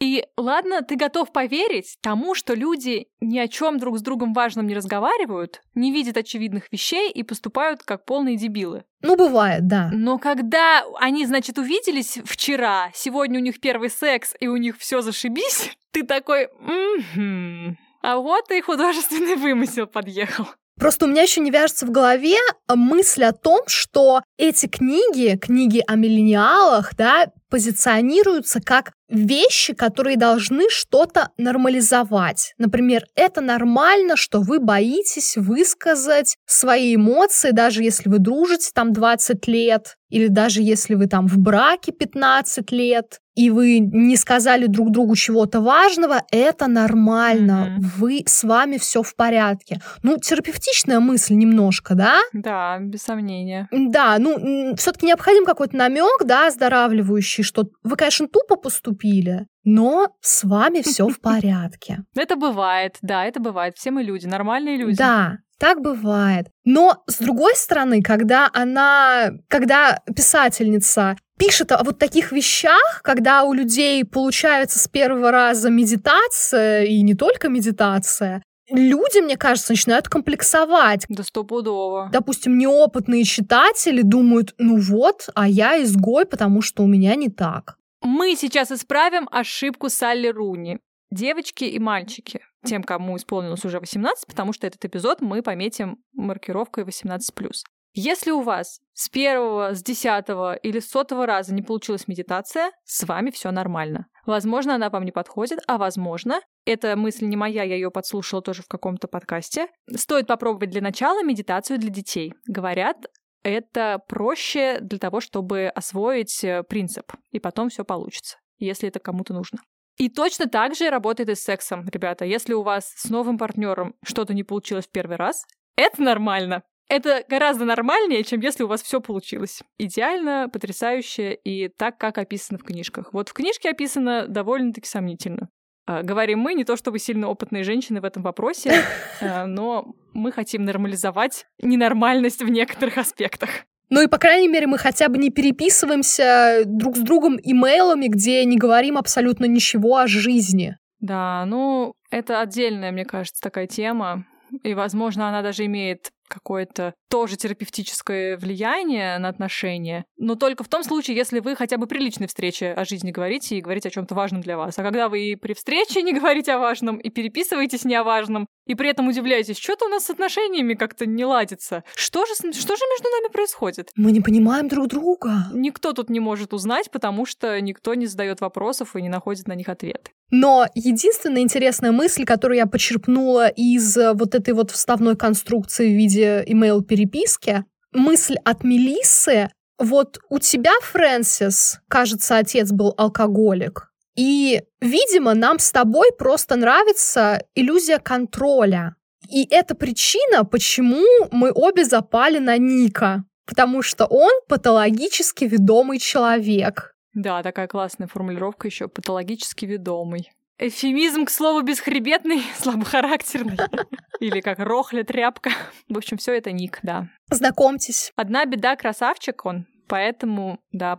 И ладно, ты готов поверить тому, что люди ни о чем друг с другом важном не разговаривают, не видят очевидных вещей и поступают как полные дебилы. Ну, бывает, да. Но когда они, значит, увиделись вчера, сегодня у них первый секс, и у них все зашибись, ты такой, а вот и художественный вымысел подъехал. Просто у меня еще не вяжется в голове мысль о том, что эти книги о миллениалах, да, позиционируются как вещи, которые должны что-то нормализовать. Например, это нормально, что вы боитесь высказать свои эмоции, даже если вы дружите там 20 лет, или даже если вы там в браке 15 лет, и вы не сказали друг другу чего-то важного, это нормально. С вами все в порядке. Ну, терапевтичная мысль немножко, да? Да, без сомнения. Да, ну, все-таки необходим какой-то намек, да, оздоравливающий, что вы, конечно, тупо поступили, но с вами все в порядке. Это бывает, да, это бывает. Все мы люди, нормальные люди. Да, так бывает. Но, с другой стороны, когда писательница пишет о вот таких вещах, когда у людей получается с первого раза медитация, и не только медитация, люди, мне кажется, начинают комплексовать. Да стопудово. Допустим, неопытные читатели думают, ну вот, а я изгой, потому что у меня не так. Мы сейчас исправим ошибку Салли Руни. Девочки и мальчики, тем, кому исполнилось уже 18, потому что этот эпизод мы пометим маркировкой 18+. Если у вас с первого, с 10-го или с 100-го раза не получилась медитация, с вами все нормально. Возможно, она вам не подходит, а возможно, эта мысль не моя, я ее подслушала тоже в каком-то подкасте. Стоит попробовать для начала медитацию для детей. Говорят, это проще для того, чтобы освоить принцип, и потом все получится, если это кому-то нужно. И точно так же работает и с сексом, ребята. Если у вас с новым партнером что-то не получилось в первый раз, это нормально. Это гораздо нормальнее, чем если у вас все получилось. Идеально, потрясающе и так, как описано в книжках. Вот в книжке описано довольно-таки сомнительно. Говорим мы, не то чтобы сильно опытные женщины в этом вопросе, но мы хотим нормализовать ненормальность в некоторых аспектах. Ну и, по крайней мере, мы хотя бы не переписываемся друг с другом имейлами, где не говорим абсолютно ничего о жизни. Да, ну, это отдельная, мне кажется, такая тема. И, возможно, она даже имеет какое-то тоже терапевтическое влияние на отношения, но только в том случае, если вы хотя бы при личной встрече о жизни говорите и говорите о чем-то важном для вас. А когда вы и при встрече не говорите о важном, и переписываетесь не о важном, и при этом удивляетесь, что-то у нас с отношениями как-то не ладится. Что же между нами происходит? Мы не понимаем друг друга. Никто тут не может узнать, потому что никто не задает вопросов и не находит на них ответы. Но единственная интересная мысль, которую я почерпнула из вот этой вот вставной конструкции в виде имейл-переписки, мысль от Мелиссы. Вот у тебя, Фрэнсис, кажется, отец был алкоголик. И, видимо, нам с тобой просто нравится иллюзия контроля. И это причина, почему мы обе запали на Ника. Потому что он патологически ведомый человек. Да, такая классная формулировка еще патологически ведомый. Эвфемизм, к слову, бесхребетный, слабохарактерный. Или как рохля, тряпка. В общем, все это Ник, да. Знакомьтесь. Одна беда, красавчик он. Поэтому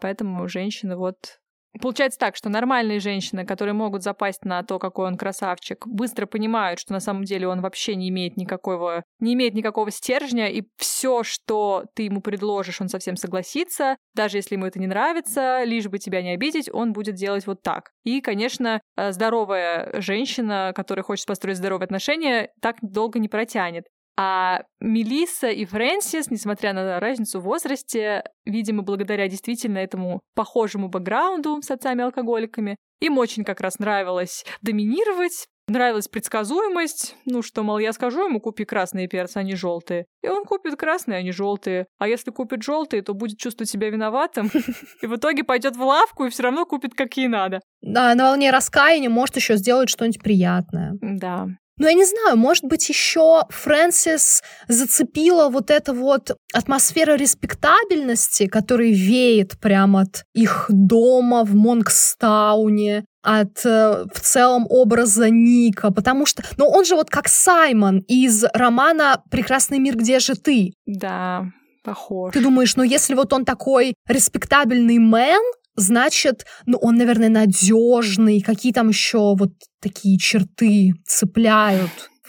женщины вот... Получается так, что нормальные женщины, которые могут запасть на то, какой он красавчик, быстро понимают, что на самом деле он вообще не имеет никакого стержня, и все, что ты ему предложишь, он совсем согласится. Даже если ему это не нравится, лишь бы тебя не обидеть, он будет делать вот так. И, конечно, здоровая женщина, которая хочет построить здоровые отношения, так долго не протянет. А Мелисса и Фрэнсис, несмотря на разницу в возрасте, видимо, благодаря действительно этому похожему бэкграунду с отцами-алкоголиками, им очень как раз нравилось доминировать, нравилась предсказуемость. Ну что, мол, я скажу ему, купи красные перцы, а не желтые. И он купит красные, а не желтые. А если купит желтые, то будет чувствовать себя виноватым. И в итоге пойдет в лавку и все равно купит, какие надо. Да, на волне раскаяния может еще сделать что-нибудь приятное. Да. Ну, я не знаю, может быть, еще Фрэнсис зацепила вот эта вот атмосфера респектабельности, которая веет прямо от их дома в Монкстауне, от в целом образа Ника, потому что, ну, он же вот как Саймон из романа «Прекрасный мир, где же ты?». Да, похож. Ты думаешь, ну, если вот он такой респектабельный мэн, значит, он, наверное, надежный. Какие там еще вот такие черты цепляют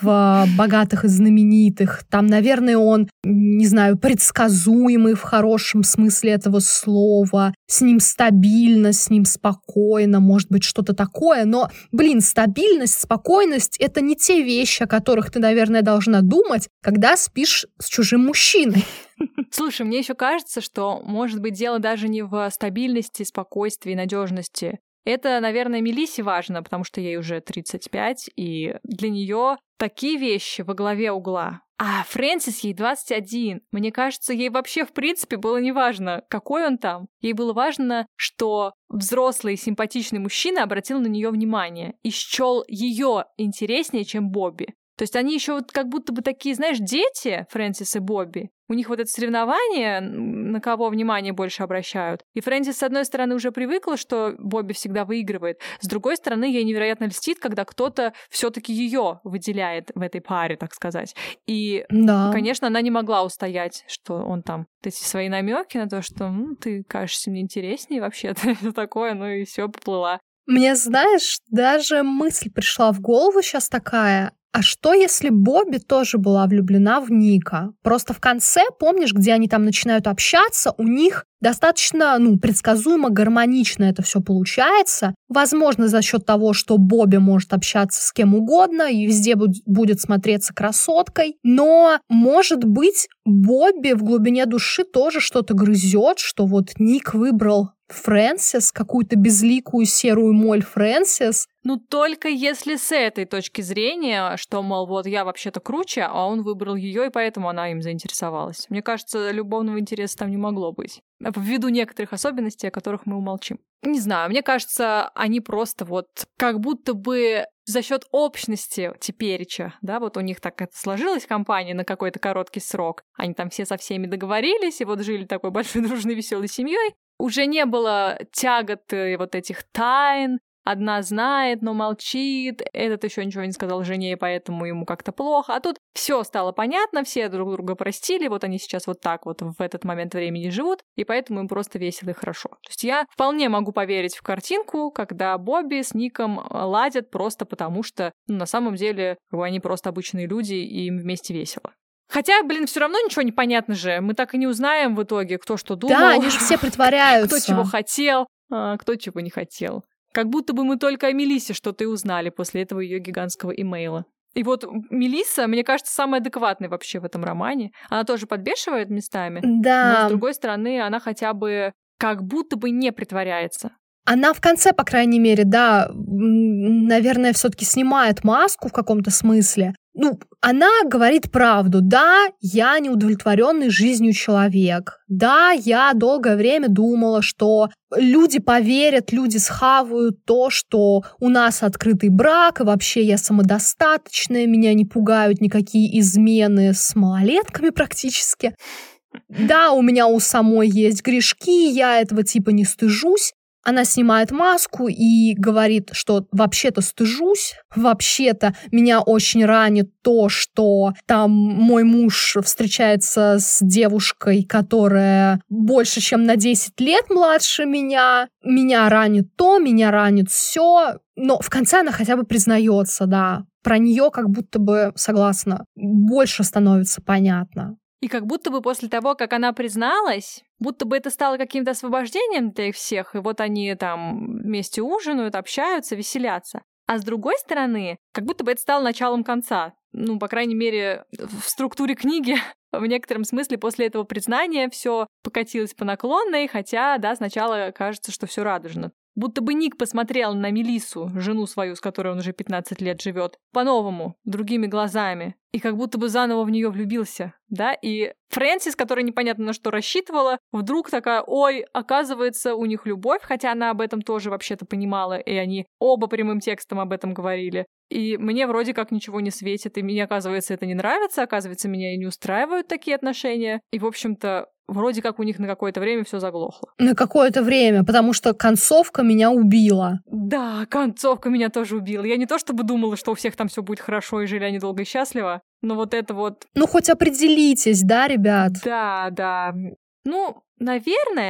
в богатых и знаменитых. Там, наверное, он, не знаю, предсказуемый в хорошем смысле этого слова. С ним стабильно, с ним спокойно, может быть, что-то такое. Но, стабильность, спокойность — это не те вещи, о которых ты, наверное, должна думать, когда спишь с чужим мужчиной. Слушай, мне еще кажется, что, может быть, дело даже не в стабильности, спокойствии, надежности. Это, наверное, Мелиссе важно, потому что ей уже 35, и для нее такие вещи во главе угла. А Фрэнсис, ей 21. Мне кажется, ей вообще, в принципе, было неважно, какой он там. Ей было важно, что взрослый, симпатичный мужчина обратил на нее внимание и счел ее интереснее, чем Бобби. То есть они еще вот как будто бы такие, знаешь, дети, Фрэнсис и Бобби. У них вот это соревнование, на кого внимание больше обращают. И Фрэнсис, с одной стороны, уже привыкла, что Бобби всегда выигрывает. С другой стороны, ей невероятно льстит, когда кто-то все-таки ее выделяет в этой паре, так сказать. И, конечно, она не могла устоять, что он там эти свои намеки на то, что ты кажешься мне интереснее вообще-то, и все такое, и все, поплыла. Мне, знаешь, даже мысль пришла в голову сейчас такая. А что, если Бобби тоже была влюблена в Ника? Просто в конце, помнишь, где они там начинают общаться, у них достаточно, предсказуемо, гармонично это все получается. Возможно, за счет того, что Бобби может общаться с кем угодно и везде будет смотреться красоткой. Но, может быть, Бобби в глубине души тоже что-то грызет, что вот Ник выбрал Фрэнсис, какую-то безликую серую моль Фрэнсис. Только если с этой точки зрения, что, мол, вот я вообще-то круче, а он выбрал ее, и поэтому она им заинтересовалась. Мне кажется, любовного интереса там не могло быть. Ввиду некоторых особенностей, о которых мы умолчим. Не знаю, мне кажется, они просто вот как будто бы за счет общности тепереча, да, вот у них так это сложилась компания на какой-то короткий срок. Они там все со всеми договорились, и вот жили такой большой, дружной, веселой семьей. Уже не было тяготы вот этих тайн. Одна знает, но молчит, этот еще ничего не сказал жене, и поэтому ему как-то плохо. А тут все стало понятно, все друг друга простили, вот они сейчас вот так вот в этот момент времени живут, и поэтому им просто весело и хорошо. То есть я вполне могу поверить в картинку, когда Бобби с Ником ладят просто потому, что на самом деле они просто обычные люди, и им вместе весело. Хотя, все равно ничего не понятно же. Мы так и не узнаем в итоге, кто что думал. Да, они же все притворяются. Кто чего хотел, кто чего не хотел. Как будто бы мы только о Мелиссе что-то и узнали после этого ее гигантского имейла. И вот Мелисса, мне кажется, самая адекватная вообще в этом романе. Она тоже подбешивает местами, да. Но, с другой стороны, она хотя бы как будто бы не притворяется. Она в конце, по крайней мере, да, наверное, все-таки снимает маску в каком-то смысле. Она говорит правду. Да, я неудовлетворенный жизнью человек. Да, я долгое время думала, что люди поверят, люди схавают то, что у нас открытый брак, и вообще я самодостаточная, меня не пугают никакие измены с малолетками практически. Да, у меня у самой есть грешки, я этого типа не стыжусь. Она снимает маску и говорит, что вообще-то стыжусь, вообще-то меня очень ранит то, что там мой муж встречается с девушкой, которая больше, чем на 10 лет младше меня. Меня ранит то, меня ранит все. Но в конце она хотя бы признается, да. Про нее как будто бы, согласна, больше становится понятно. И как будто бы после того, как она призналась, будто бы это стало каким-то освобождением для их всех, и вот они там вместе ужинают, общаются, веселятся. А с другой стороны, как будто бы это стало началом конца. По крайней мере, в структуре книги, в некотором смысле, после этого признания все покатилось по наклонной, хотя, да, сначала кажется, что все радужно. Будто бы Ник посмотрел на Мелиссу, жену свою, с которой он уже 15 лет живет, по-новому, другими глазами, и как будто бы заново в нее влюбился, да, и Фрэнсис, которая непонятно на что рассчитывала, вдруг такая, ой, оказывается, у них любовь, хотя она об этом тоже вообще-то понимала, и они оба прямым текстом об этом говорили. И мне вроде как ничего не светит, и мне, оказывается, это не нравится, оказывается, меня и не устраивают такие отношения, и, в общем-то, вроде как у них на какое-то время все заглохло. На какое-то время, потому что концовка меня убила. Да, концовка меня тоже убила. Я не то чтобы думала, что у всех там все будет хорошо и жили они долго и счастливо, но вот это вот... Хоть определитесь, да, ребят? Да. Наверное,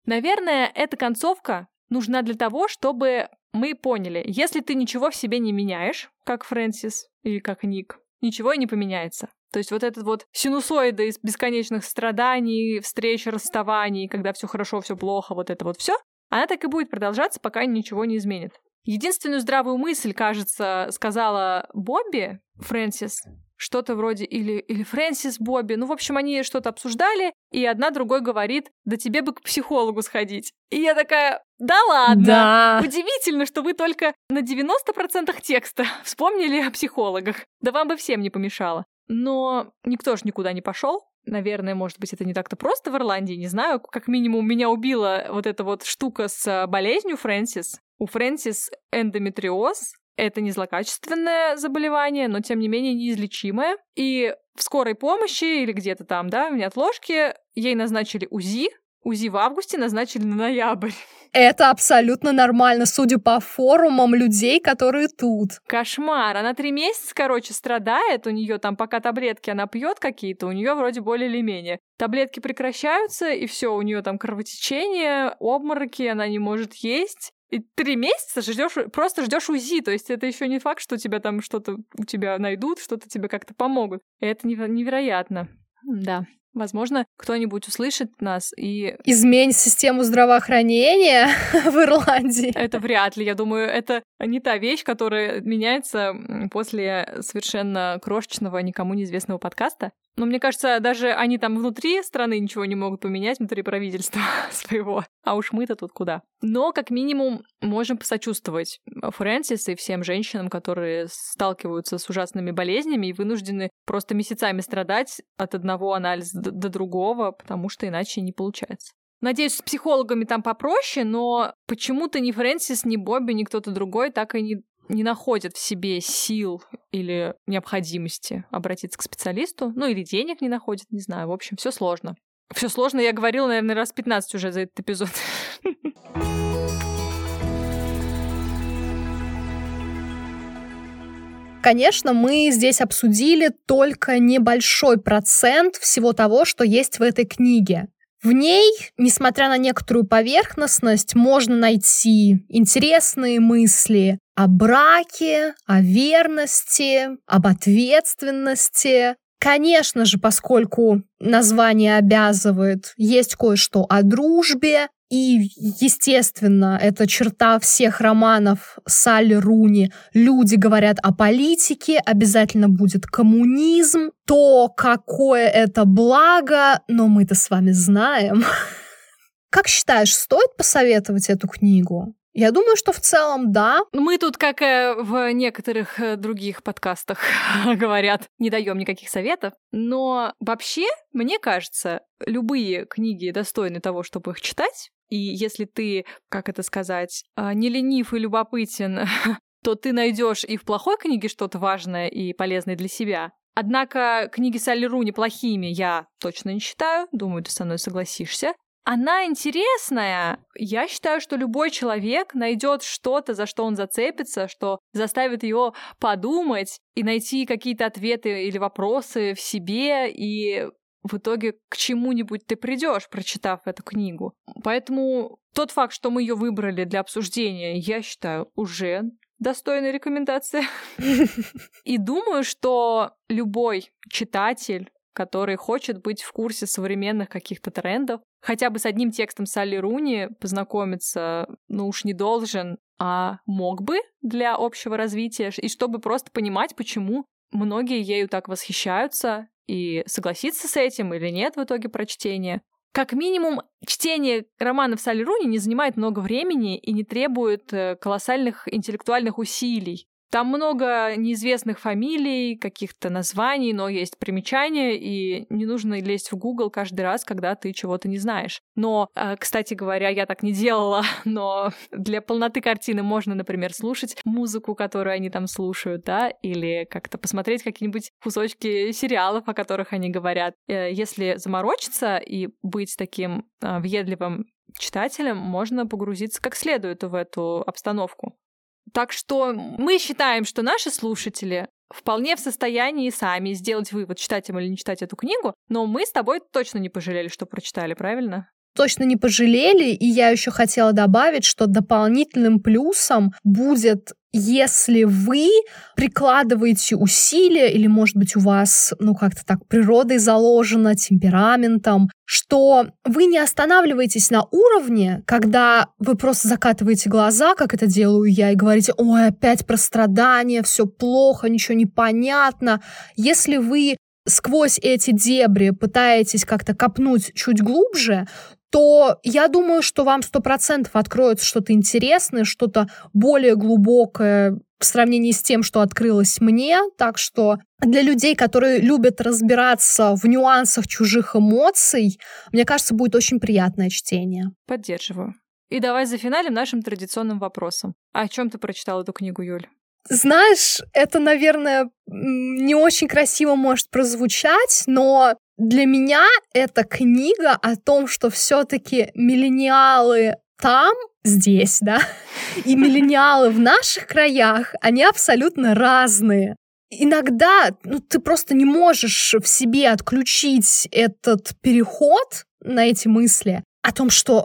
Наверное, эта концовка нужна для того, чтобы мы поняли, если ты ничего в себе не меняешь, как Фрэнсис или как Ник, ничего и не поменяется. То есть вот этот вот синусоида из бесконечных страданий, встреч, расставаний, когда все хорошо, все плохо, вот это вот все, она так и будет продолжаться, пока ничего не изменит. Единственную здравую мысль, кажется, сказала Бобби, Фрэнсис, что-то вроде или Фрэнсис Бобби. Ну, в общем, они что-то обсуждали, и одна другой говорит, да тебе бы к психологу сходить. И я такая, да ладно! Да. Удивительно, что вы только на 90% текста вспомнили о психологах. Да вам бы всем не помешало. Но никто же никуда не пошел. Наверное, может быть, это не так-то просто в Ирландии, не знаю. Как минимум, меня убила вот эта вот штука с болезнью Фрэнсис. У Фрэнсис эндометриоз. Это не злокачественное заболевание, но, тем не менее, неизлечимое. И в скорой помощи или где-то там, да, в неотложке ей назначили УЗИ. УЗИ в августе назначили на ноябрь. Это абсолютно нормально, судя по форумам людей, которые тут. Кошмар. Она 3 месяца, короче, страдает. У нее там, пока таблетки она пьет какие-то, у нее вроде более или менее. Таблетки прекращаются, и все, у нее там кровотечение, обмороки, она не может есть. И 3 месяца просто ждешь УЗИ. То есть это еще не факт, что тебя там что-то у тебя найдут, что-то тебе как-то помогут. И это невероятно. Да. Возможно, кто-нибудь услышит нас и... Изменить систему здравоохранения в Ирландии. Это вряд ли. Я думаю, это не та вещь, которая меняется после совершенно крошечного, никому неизвестного подкаста. Но мне кажется, даже они там внутри страны ничего не могут поменять, внутри правительства своего. А уж мы-то тут куда. Но, как минимум, можем посочувствовать Фрэнсис и всем женщинам, которые сталкиваются с ужасными болезнями и вынуждены просто месяцами страдать от одного анализа до другого, потому что иначе не получается. Надеюсь, с психологами там попроще, но почему-то ни Фрэнсис, ни Бобби, ни кто-то другой так и не находят в себе сил или необходимости обратиться к специалисту. Ну, или денег не находят, не знаю. В общем, все сложно. Все сложно, я говорила, наверное, раз 15 уже за этот эпизод. Конечно, мы здесь обсудили только небольшой процент всего того, что есть в этой книге. В ней, несмотря на некоторую поверхностность, можно найти интересные мысли о браке, о верности, об ответственности. Конечно же, поскольку название обязывает, есть кое-что о дружбе. И, естественно, это черта всех романов Салли Руни. Люди говорят о политике, обязательно будет коммунизм, то, какое это благо, но мы-то с вами знаем. Как считаешь, стоит посоветовать эту книгу? Я думаю, что в целом да. Мы тут, как в некоторых других подкастах говорят, не даем никаких советов. Но вообще, мне кажется, любые книги достойны того, чтобы их читать. И если ты, как это сказать, не ленив и любопытен, то ты найдешь и в плохой книге что-то важное и полезное для себя. Однако книги Салли Руни плохими я точно не считаю. Думаю, ты со мной согласишься. Она интересная. Я считаю, что любой человек найдет что-то, за что он зацепится, что заставит его подумать и найти какие-то ответы или вопросы в себе, и в итоге к чему-нибудь ты придешь, прочитав эту книгу. Поэтому тот факт, что мы ее выбрали для обсуждения, я считаю, уже достойная рекомендация. И думаю, что любой читатель, который хочет быть в курсе современных каких-то трендов, хотя бы с одним текстом Салли Руни познакомиться, ну уж не должен, а мог бы для общего развития, и чтобы просто понимать, почему многие ею так восхищаются, и согласиться с этим или нет в итоге прочтения. Как минимум, чтение романов Салли Руни не занимает много времени и не требует колоссальных интеллектуальных усилий. Там много неизвестных фамилий, каких-то названий, но есть примечания, и не нужно лезть в Google каждый раз, когда ты чего-то не знаешь. Но, кстати говоря, я так не делала, но для полноты картины можно, например, слушать музыку, которую они там слушают, да, или как-то посмотреть какие-нибудь кусочки сериалов, о которых они говорят. Если заморочиться и быть таким въедливым читателем, можно погрузиться как следует в эту обстановку. Так что мы считаем, что наши слушатели вполне в состоянии сами сделать вывод, читать им или не читать эту книгу, но мы с тобой точно не пожалели, что прочитали, правильно? точно не пожалели, и я еще хотела добавить, что дополнительным плюсом будет, если вы прикладываете усилия, или, может быть, у вас, как-то так природой заложено, темпераментом, что вы не останавливаетесь на уровне, когда вы просто закатываете глаза, как это делаю я, и говорите: ой, опять про страдания, все плохо, ничего не понятно. Если вы сквозь эти дебри пытаетесь как-то копнуть чуть глубже, то я думаю, что вам 100% откроется что-то интересное, что-то более глубокое в сравнении с тем, что открылось мне. Так что для людей, которые любят разбираться в нюансах чужих эмоций, мне кажется, будет очень приятное чтение. Поддерживаю. И давай зафиналим нашим традиционным вопросом. А о чем ты прочитала эту книгу, Юль? Знаешь, это, наверное, не очень красиво может прозвучать, но для меня эта книга о том, что все-таки миллениалы там, здесь, да, и миллениалы в наших краях, они абсолютно разные. Иногда ты просто не можешь в себе отключить этот переход на эти мысли о том, что,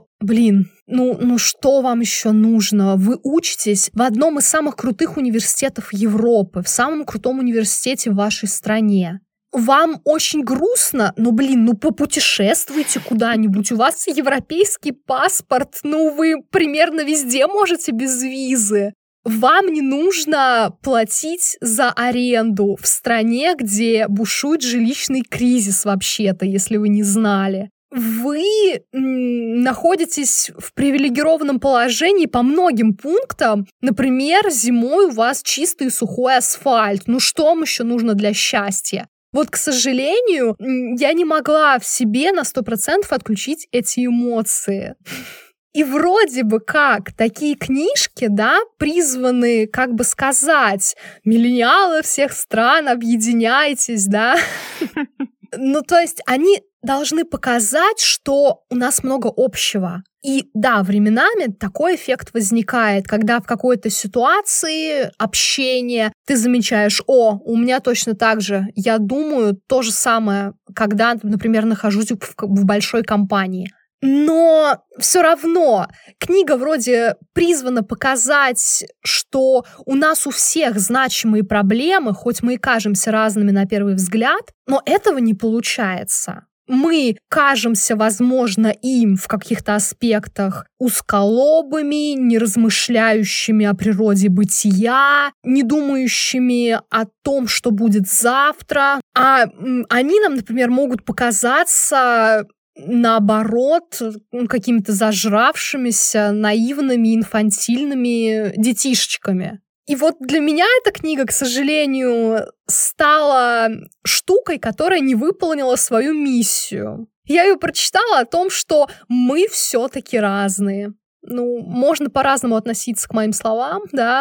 что вам еще нужно? Вы учитесь в одном из самых крутых университетов Европы, в самом крутом университете в вашей стране. Вам очень грустно, попутешествуйте куда-нибудь, у вас европейский паспорт, вы примерно везде можете без визы. Вам не нужно платить за аренду в стране, где бушует жилищный кризис вообще-то, если вы не знали. Вы находитесь в привилегированном положении по многим пунктам. Например, зимой у вас чистый и сухой асфальт. Что вам еще нужно для счастья? Вот, к сожалению, я не могла в себе на 100% отключить эти эмоции. И вроде бы как такие книжки, призваны, сказать: миллениалы всех стран, объединяйтесь, то есть они должны показать, что у нас много общего. И да, временами такой эффект возникает, когда в какой-то ситуации общения ты замечаешь: у меня точно так же, я думаю то же самое, когда, например, нахожусь в большой компании. Но все равно книга вроде призвана показать, что у нас у всех значимые проблемы, хоть мы и кажемся разными на первый взгляд, но этого не получается. Мы кажемся, возможно, им в каких-то аспектах узколобыми, не размышляющими о природе бытия, не думающими о том, что будет завтра. А они нам, например, могут показаться наоборот, какими-то зажравшимися, наивными, инфантильными детишечками. И вот для меня эта книга, к сожалению, стала штукой, которая не выполнила свою миссию. Я ее прочитала о том, что мы все-таки разные. Можно по-разному относиться к моим словам,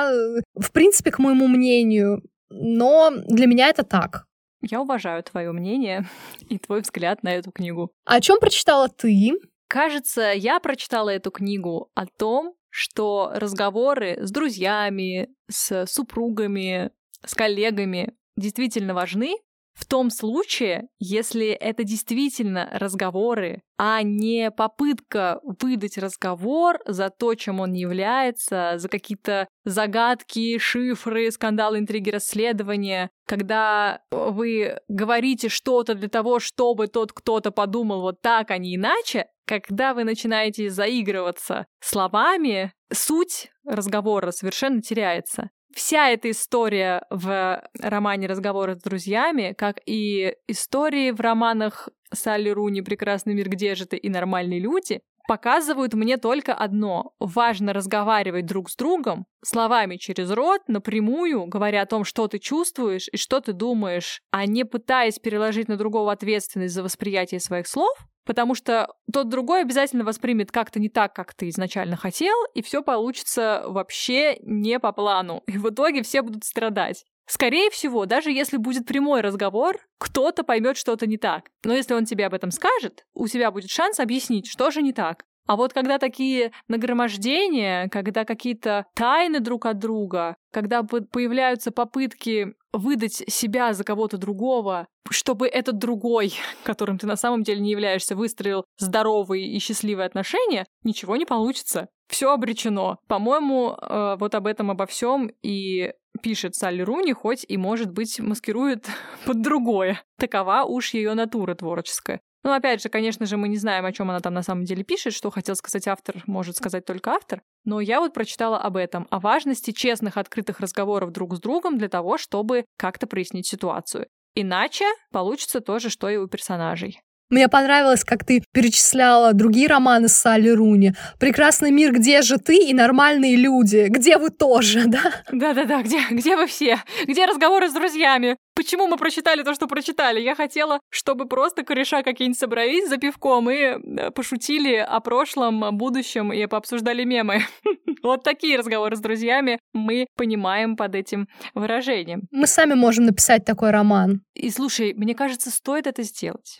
в принципе, к моему мнению, но для меня это так. Я уважаю твое мнение и твой взгляд на эту книгу. О чем прочитала ты? Кажется, я прочитала эту книгу о том, что разговоры с друзьями, с супругами, с коллегами действительно важны в том случае, если это действительно разговоры, а не попытка выдать разговор за то, чем он является, за какие-то загадки, шифры, скандалы, интриги, расследования, когда вы говорите что-то для того, чтобы тот кто-то подумал вот так, а не иначе. Когда вы начинаете заигрываться словами, суть разговора совершенно теряется. Вся эта история в романе «Разговоры с друзьями», как и истории в романах Салли Руни «Прекрасный мир, где же ты» и «Нормальные люди», показывают мне только одно. Важно разговаривать друг с другом словами через рот, напрямую, говоря о том, что ты чувствуешь и что ты думаешь, а не пытаясь переложить на другого ответственность за восприятие своих слов, потому что тот другой обязательно воспримет как-то не так, как ты изначально хотел, и все получится вообще не по плану. И в итоге все будут страдать. Скорее всего, даже если будет прямой разговор, кто-то поймет что-то не так. Но если он тебе об этом скажет, у тебя будет шанс объяснить, что же не так. А вот когда такие нагромождения, когда какие-то тайны друг от друга, когда появляются попытки выдать себя за кого-то другого, чтобы этот другой, которым ты на самом деле не являешься, выстроил здоровые и счастливые отношения, ничего не получится. Все обречено. По-моему, вот об этом обо всем и пишет Салли Руни, хоть и, может быть, маскирует под другое. Такова уж ее натура творческая. Ну, опять же, конечно же, мы не знаем, о чем она там на самом деле пишет, что хотел сказать автор, может сказать только автор. Но я вот прочитала об этом, о важности честных, открытых разговоров друг с другом для того, чтобы как-то прояснить ситуацию. Иначе получится то же, что и у персонажей. Мне понравилось, как ты перечисляла другие романы Салли Руни. «Прекрасный мир, где же ты?» и «Нормальные люди». Где вы тоже, да? Да-да-да, где вы все? Где разговоры с друзьями? Почему мы прочитали то, что прочитали? Я хотела, чтобы просто кореша какие-нибудь собрались за пивком и пошутили о прошлом, будущем и пообсуждали мемы. Вот такие разговоры с друзьями мы понимаем под этим выражением. Мы сами можем написать такой роман. И слушай, мне кажется, стоит это сделать.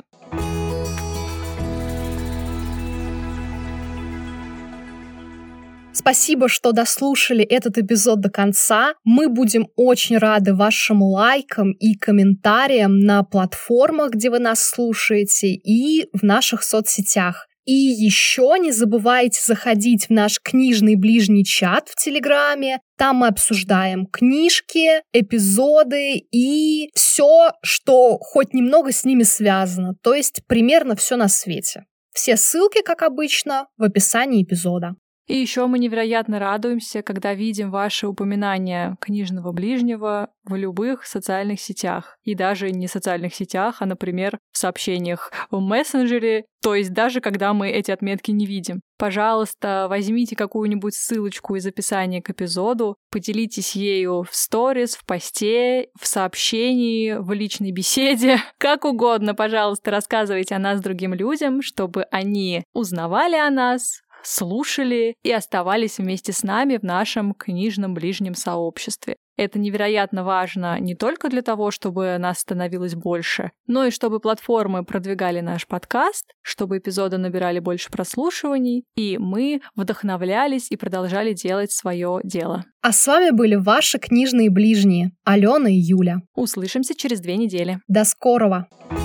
Спасибо, что дослушали этот эпизод до конца. Мы будем очень рады вашим лайкам и комментариям на платформах, где вы нас слушаете, и в наших соцсетях. И еще не забывайте заходить в наш книжный ближний чат в Телеграме. Там мы обсуждаем книжки, эпизоды и все, что хоть немного с ними связано. То есть примерно все на свете. Все ссылки, как обычно, в описании эпизода. И еще мы невероятно радуемся, когда видим ваши упоминания книжного ближнего в любых социальных сетях. И даже не социальных сетях, а, например, в сообщениях в мессенджере, то есть даже когда мы эти отметки не видим. Пожалуйста, возьмите какую-нибудь ссылочку из описания к эпизоду, поделитесь ею в сторис, в посте, в сообщении, в личной беседе. Как угодно, пожалуйста, рассказывайте о нас другим людям, чтобы они узнавали о нас, слушали и оставались вместе с нами в нашем книжном ближнем сообществе. Это невероятно важно не только для того, чтобы нас становилось больше, но и чтобы платформы продвигали наш подкаст, чтобы эпизоды набирали больше прослушиваний, и мы вдохновлялись и продолжали делать свое дело. А с вами были ваши книжные ближние, Алена и Юля. Услышимся через 2 недели. До скорого!